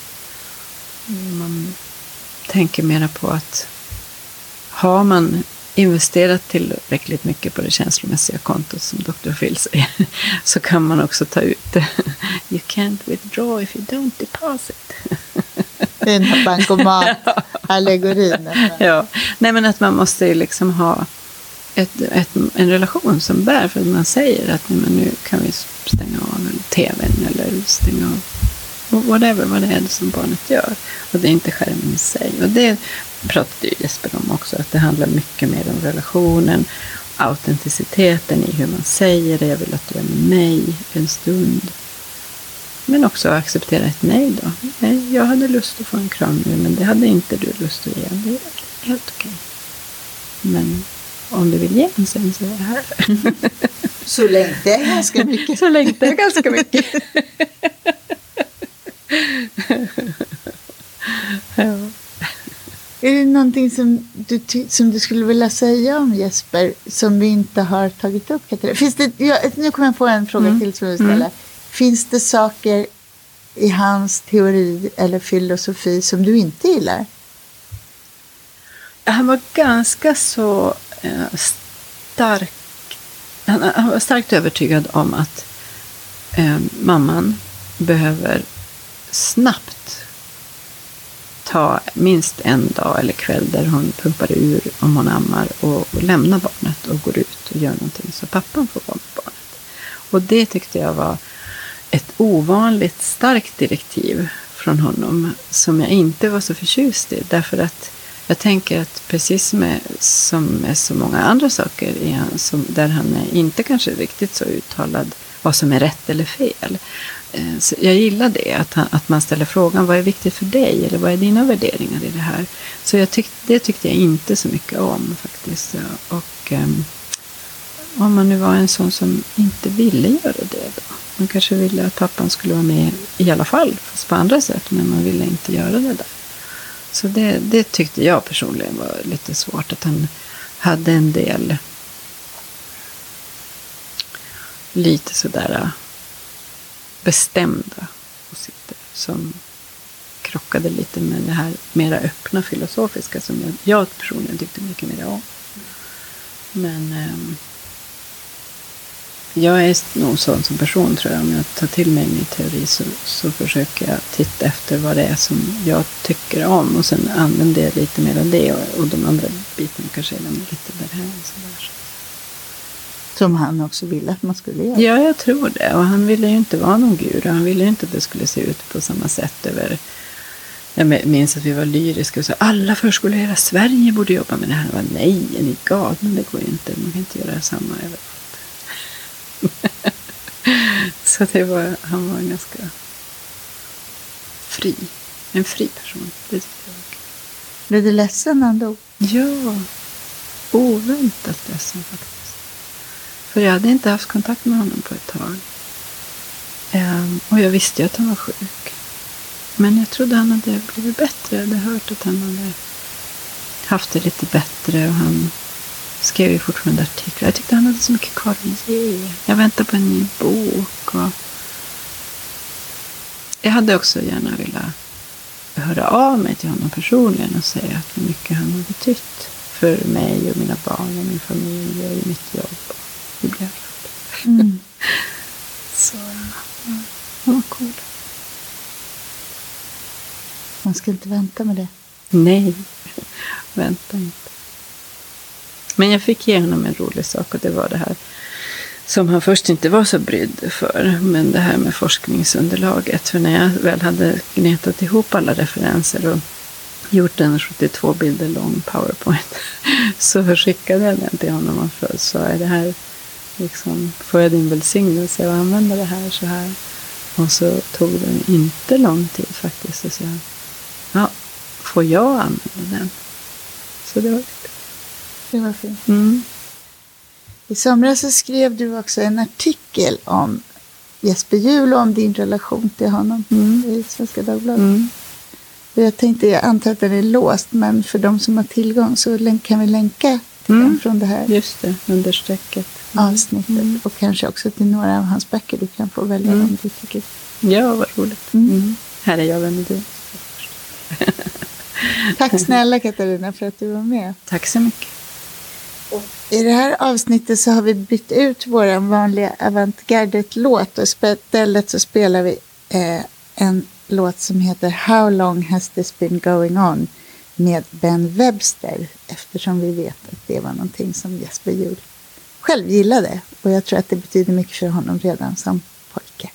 tänker mera på att har man investerat tillräckligt mycket på det känslomässiga kontot, som Dr. Phil säger, så kan man också ta ut det. You can't withdraw if you don't deposit. Det är den här bankomat-allegorin. Ja, nej, men att man måste ju liksom ha en relation som bär, för att man säger att nej, men nu kan vi stänga av tvn eller stänga av whatever, vad det är som barnet gör. Och det är inte skärmen i sig. Och det pratade ju Jesper om också, att det handlar mycket mer om relationen, autenticiteten i hur man säger det. Jag vill att du är med mig en stund. Men också acceptera ett nej då. Nej, jag hade lust att få en kram nu, men det hade inte du lust att ge. Det är helt okej. Men om du vill ge en sen, så är jag här. Så längtar jag ganska mycket. Så längtar jag ganska mycket. Ja. Är det någonting som du skulle vilja säga om Jesper som vi inte har tagit upp, Katarina? Nu kommer jag på en fråga till som jag vill ställa. Finns det saker i hans teori eller filosofi som du inte gillar? Han var ganska så stark. Han var starkt övertygad om att mamman behöver snabbt ta minst en dag eller kväll där hon pumpar ur om hon ammar och lämnar barnet och går ut och gör någonting så pappan får vara med barnet. Och det tyckte jag var ett ovanligt starkt direktiv från honom som jag inte var så förtjust i, därför att jag tänker att precis som med så många andra saker där han är inte kanske riktigt så uttalad vad som är rätt eller fel. Så jag gillar det, att man ställer frågan, vad är viktigt för dig? Eller vad är dina värderingar i det här? Så det tyckte jag inte så mycket om faktiskt. Och om man nu var en sån som inte ville göra det då. Man kanske ville att pappan skulle vara med i alla fall, fast på andra sätt, men man ville inte göra det där. Så det tyckte jag personligen var lite svårt, att han hade en del lite sådär bestämda åsikter som krockade lite med det här mera öppna filosofiska som jag personligen tyckte mycket mer om. Men jag är nog sån som person, tror jag. Om jag tar till mig min teori så försöker jag titta efter vad det är som jag tycker om. Och sen använder jag lite mer av det. Och de andra bitarna kanske är lite därhän. Som han också ville att man skulle göra. Ja, jag tror det. Och han ville ju inte vara någon guru. Han ville ju inte att det skulle se ut på samma sätt över... Jag minns att vi var lyriska och sa alla förskollärare i Sverige borde jobba med det här. Och var, nej, är ni galna? Det går ju inte. Man kan inte göra samma överallt. Så han var ganska fri. En fri person. Det tyckte jag var kul. Blev du ledsen när han dog? Ja, oväntat ledsen faktiskt. För jag hade inte haft kontakt med honom på ett tag. Och jag visste ju att han var sjuk. Men jag trodde han hade blivit bättre. Jag hade hört att han hade haft det lite bättre. Och han skrev ju fortfarande artiklar. Jag tyckte han hade så mycket kvar att ge. Jag väntar på en ny bok. Och jag hade också gärna velat höra av mig till honom personligen och säga att hur mycket han har betytt för mig och mina barn och min familj och i mitt jobb. Det blev så han var cool. Man ska inte vänta med det. Nej, vänta inte. Men jag fick ge honom en rolig sak, och det var det här som han först inte var så brydd för, men det här med forskningsunderlaget. För när jag väl hade gnetat ihop alla referenser och gjort en 72 bilder lång PowerPoint, så skickade jag den till honom och sa, är det här liksom, får jag din välsignelse att använda det här så här? Och så tog det inte lång tid faktiskt, och så ja, får jag använda den? Så det var lite. Det var fint. I somras så skrev du också en artikel om Jesper Juhl och om din relation till honom i Svenska Dagbladet. Jag antar att den är låst, men för de som har tillgång så kan vi länka till den från det här. Just det, understrecket. Avsnittet. Och kanske också till några av hans böcker. Du kan få välja om du tycker. Ja, vad roligt. Här är jag, vem är du? Tack snälla Katarina för att du var med. Tack så mycket. I det här avsnittet så har vi bytt ut vår vanliga avantgarde-låt och istället så spelar vi en låt som heter How long has this been going on med Ben Webster, eftersom vi vet att det var någonting som Jesper Juhl själv gillade och jag tror att det betyder mycket för honom redan som pojke.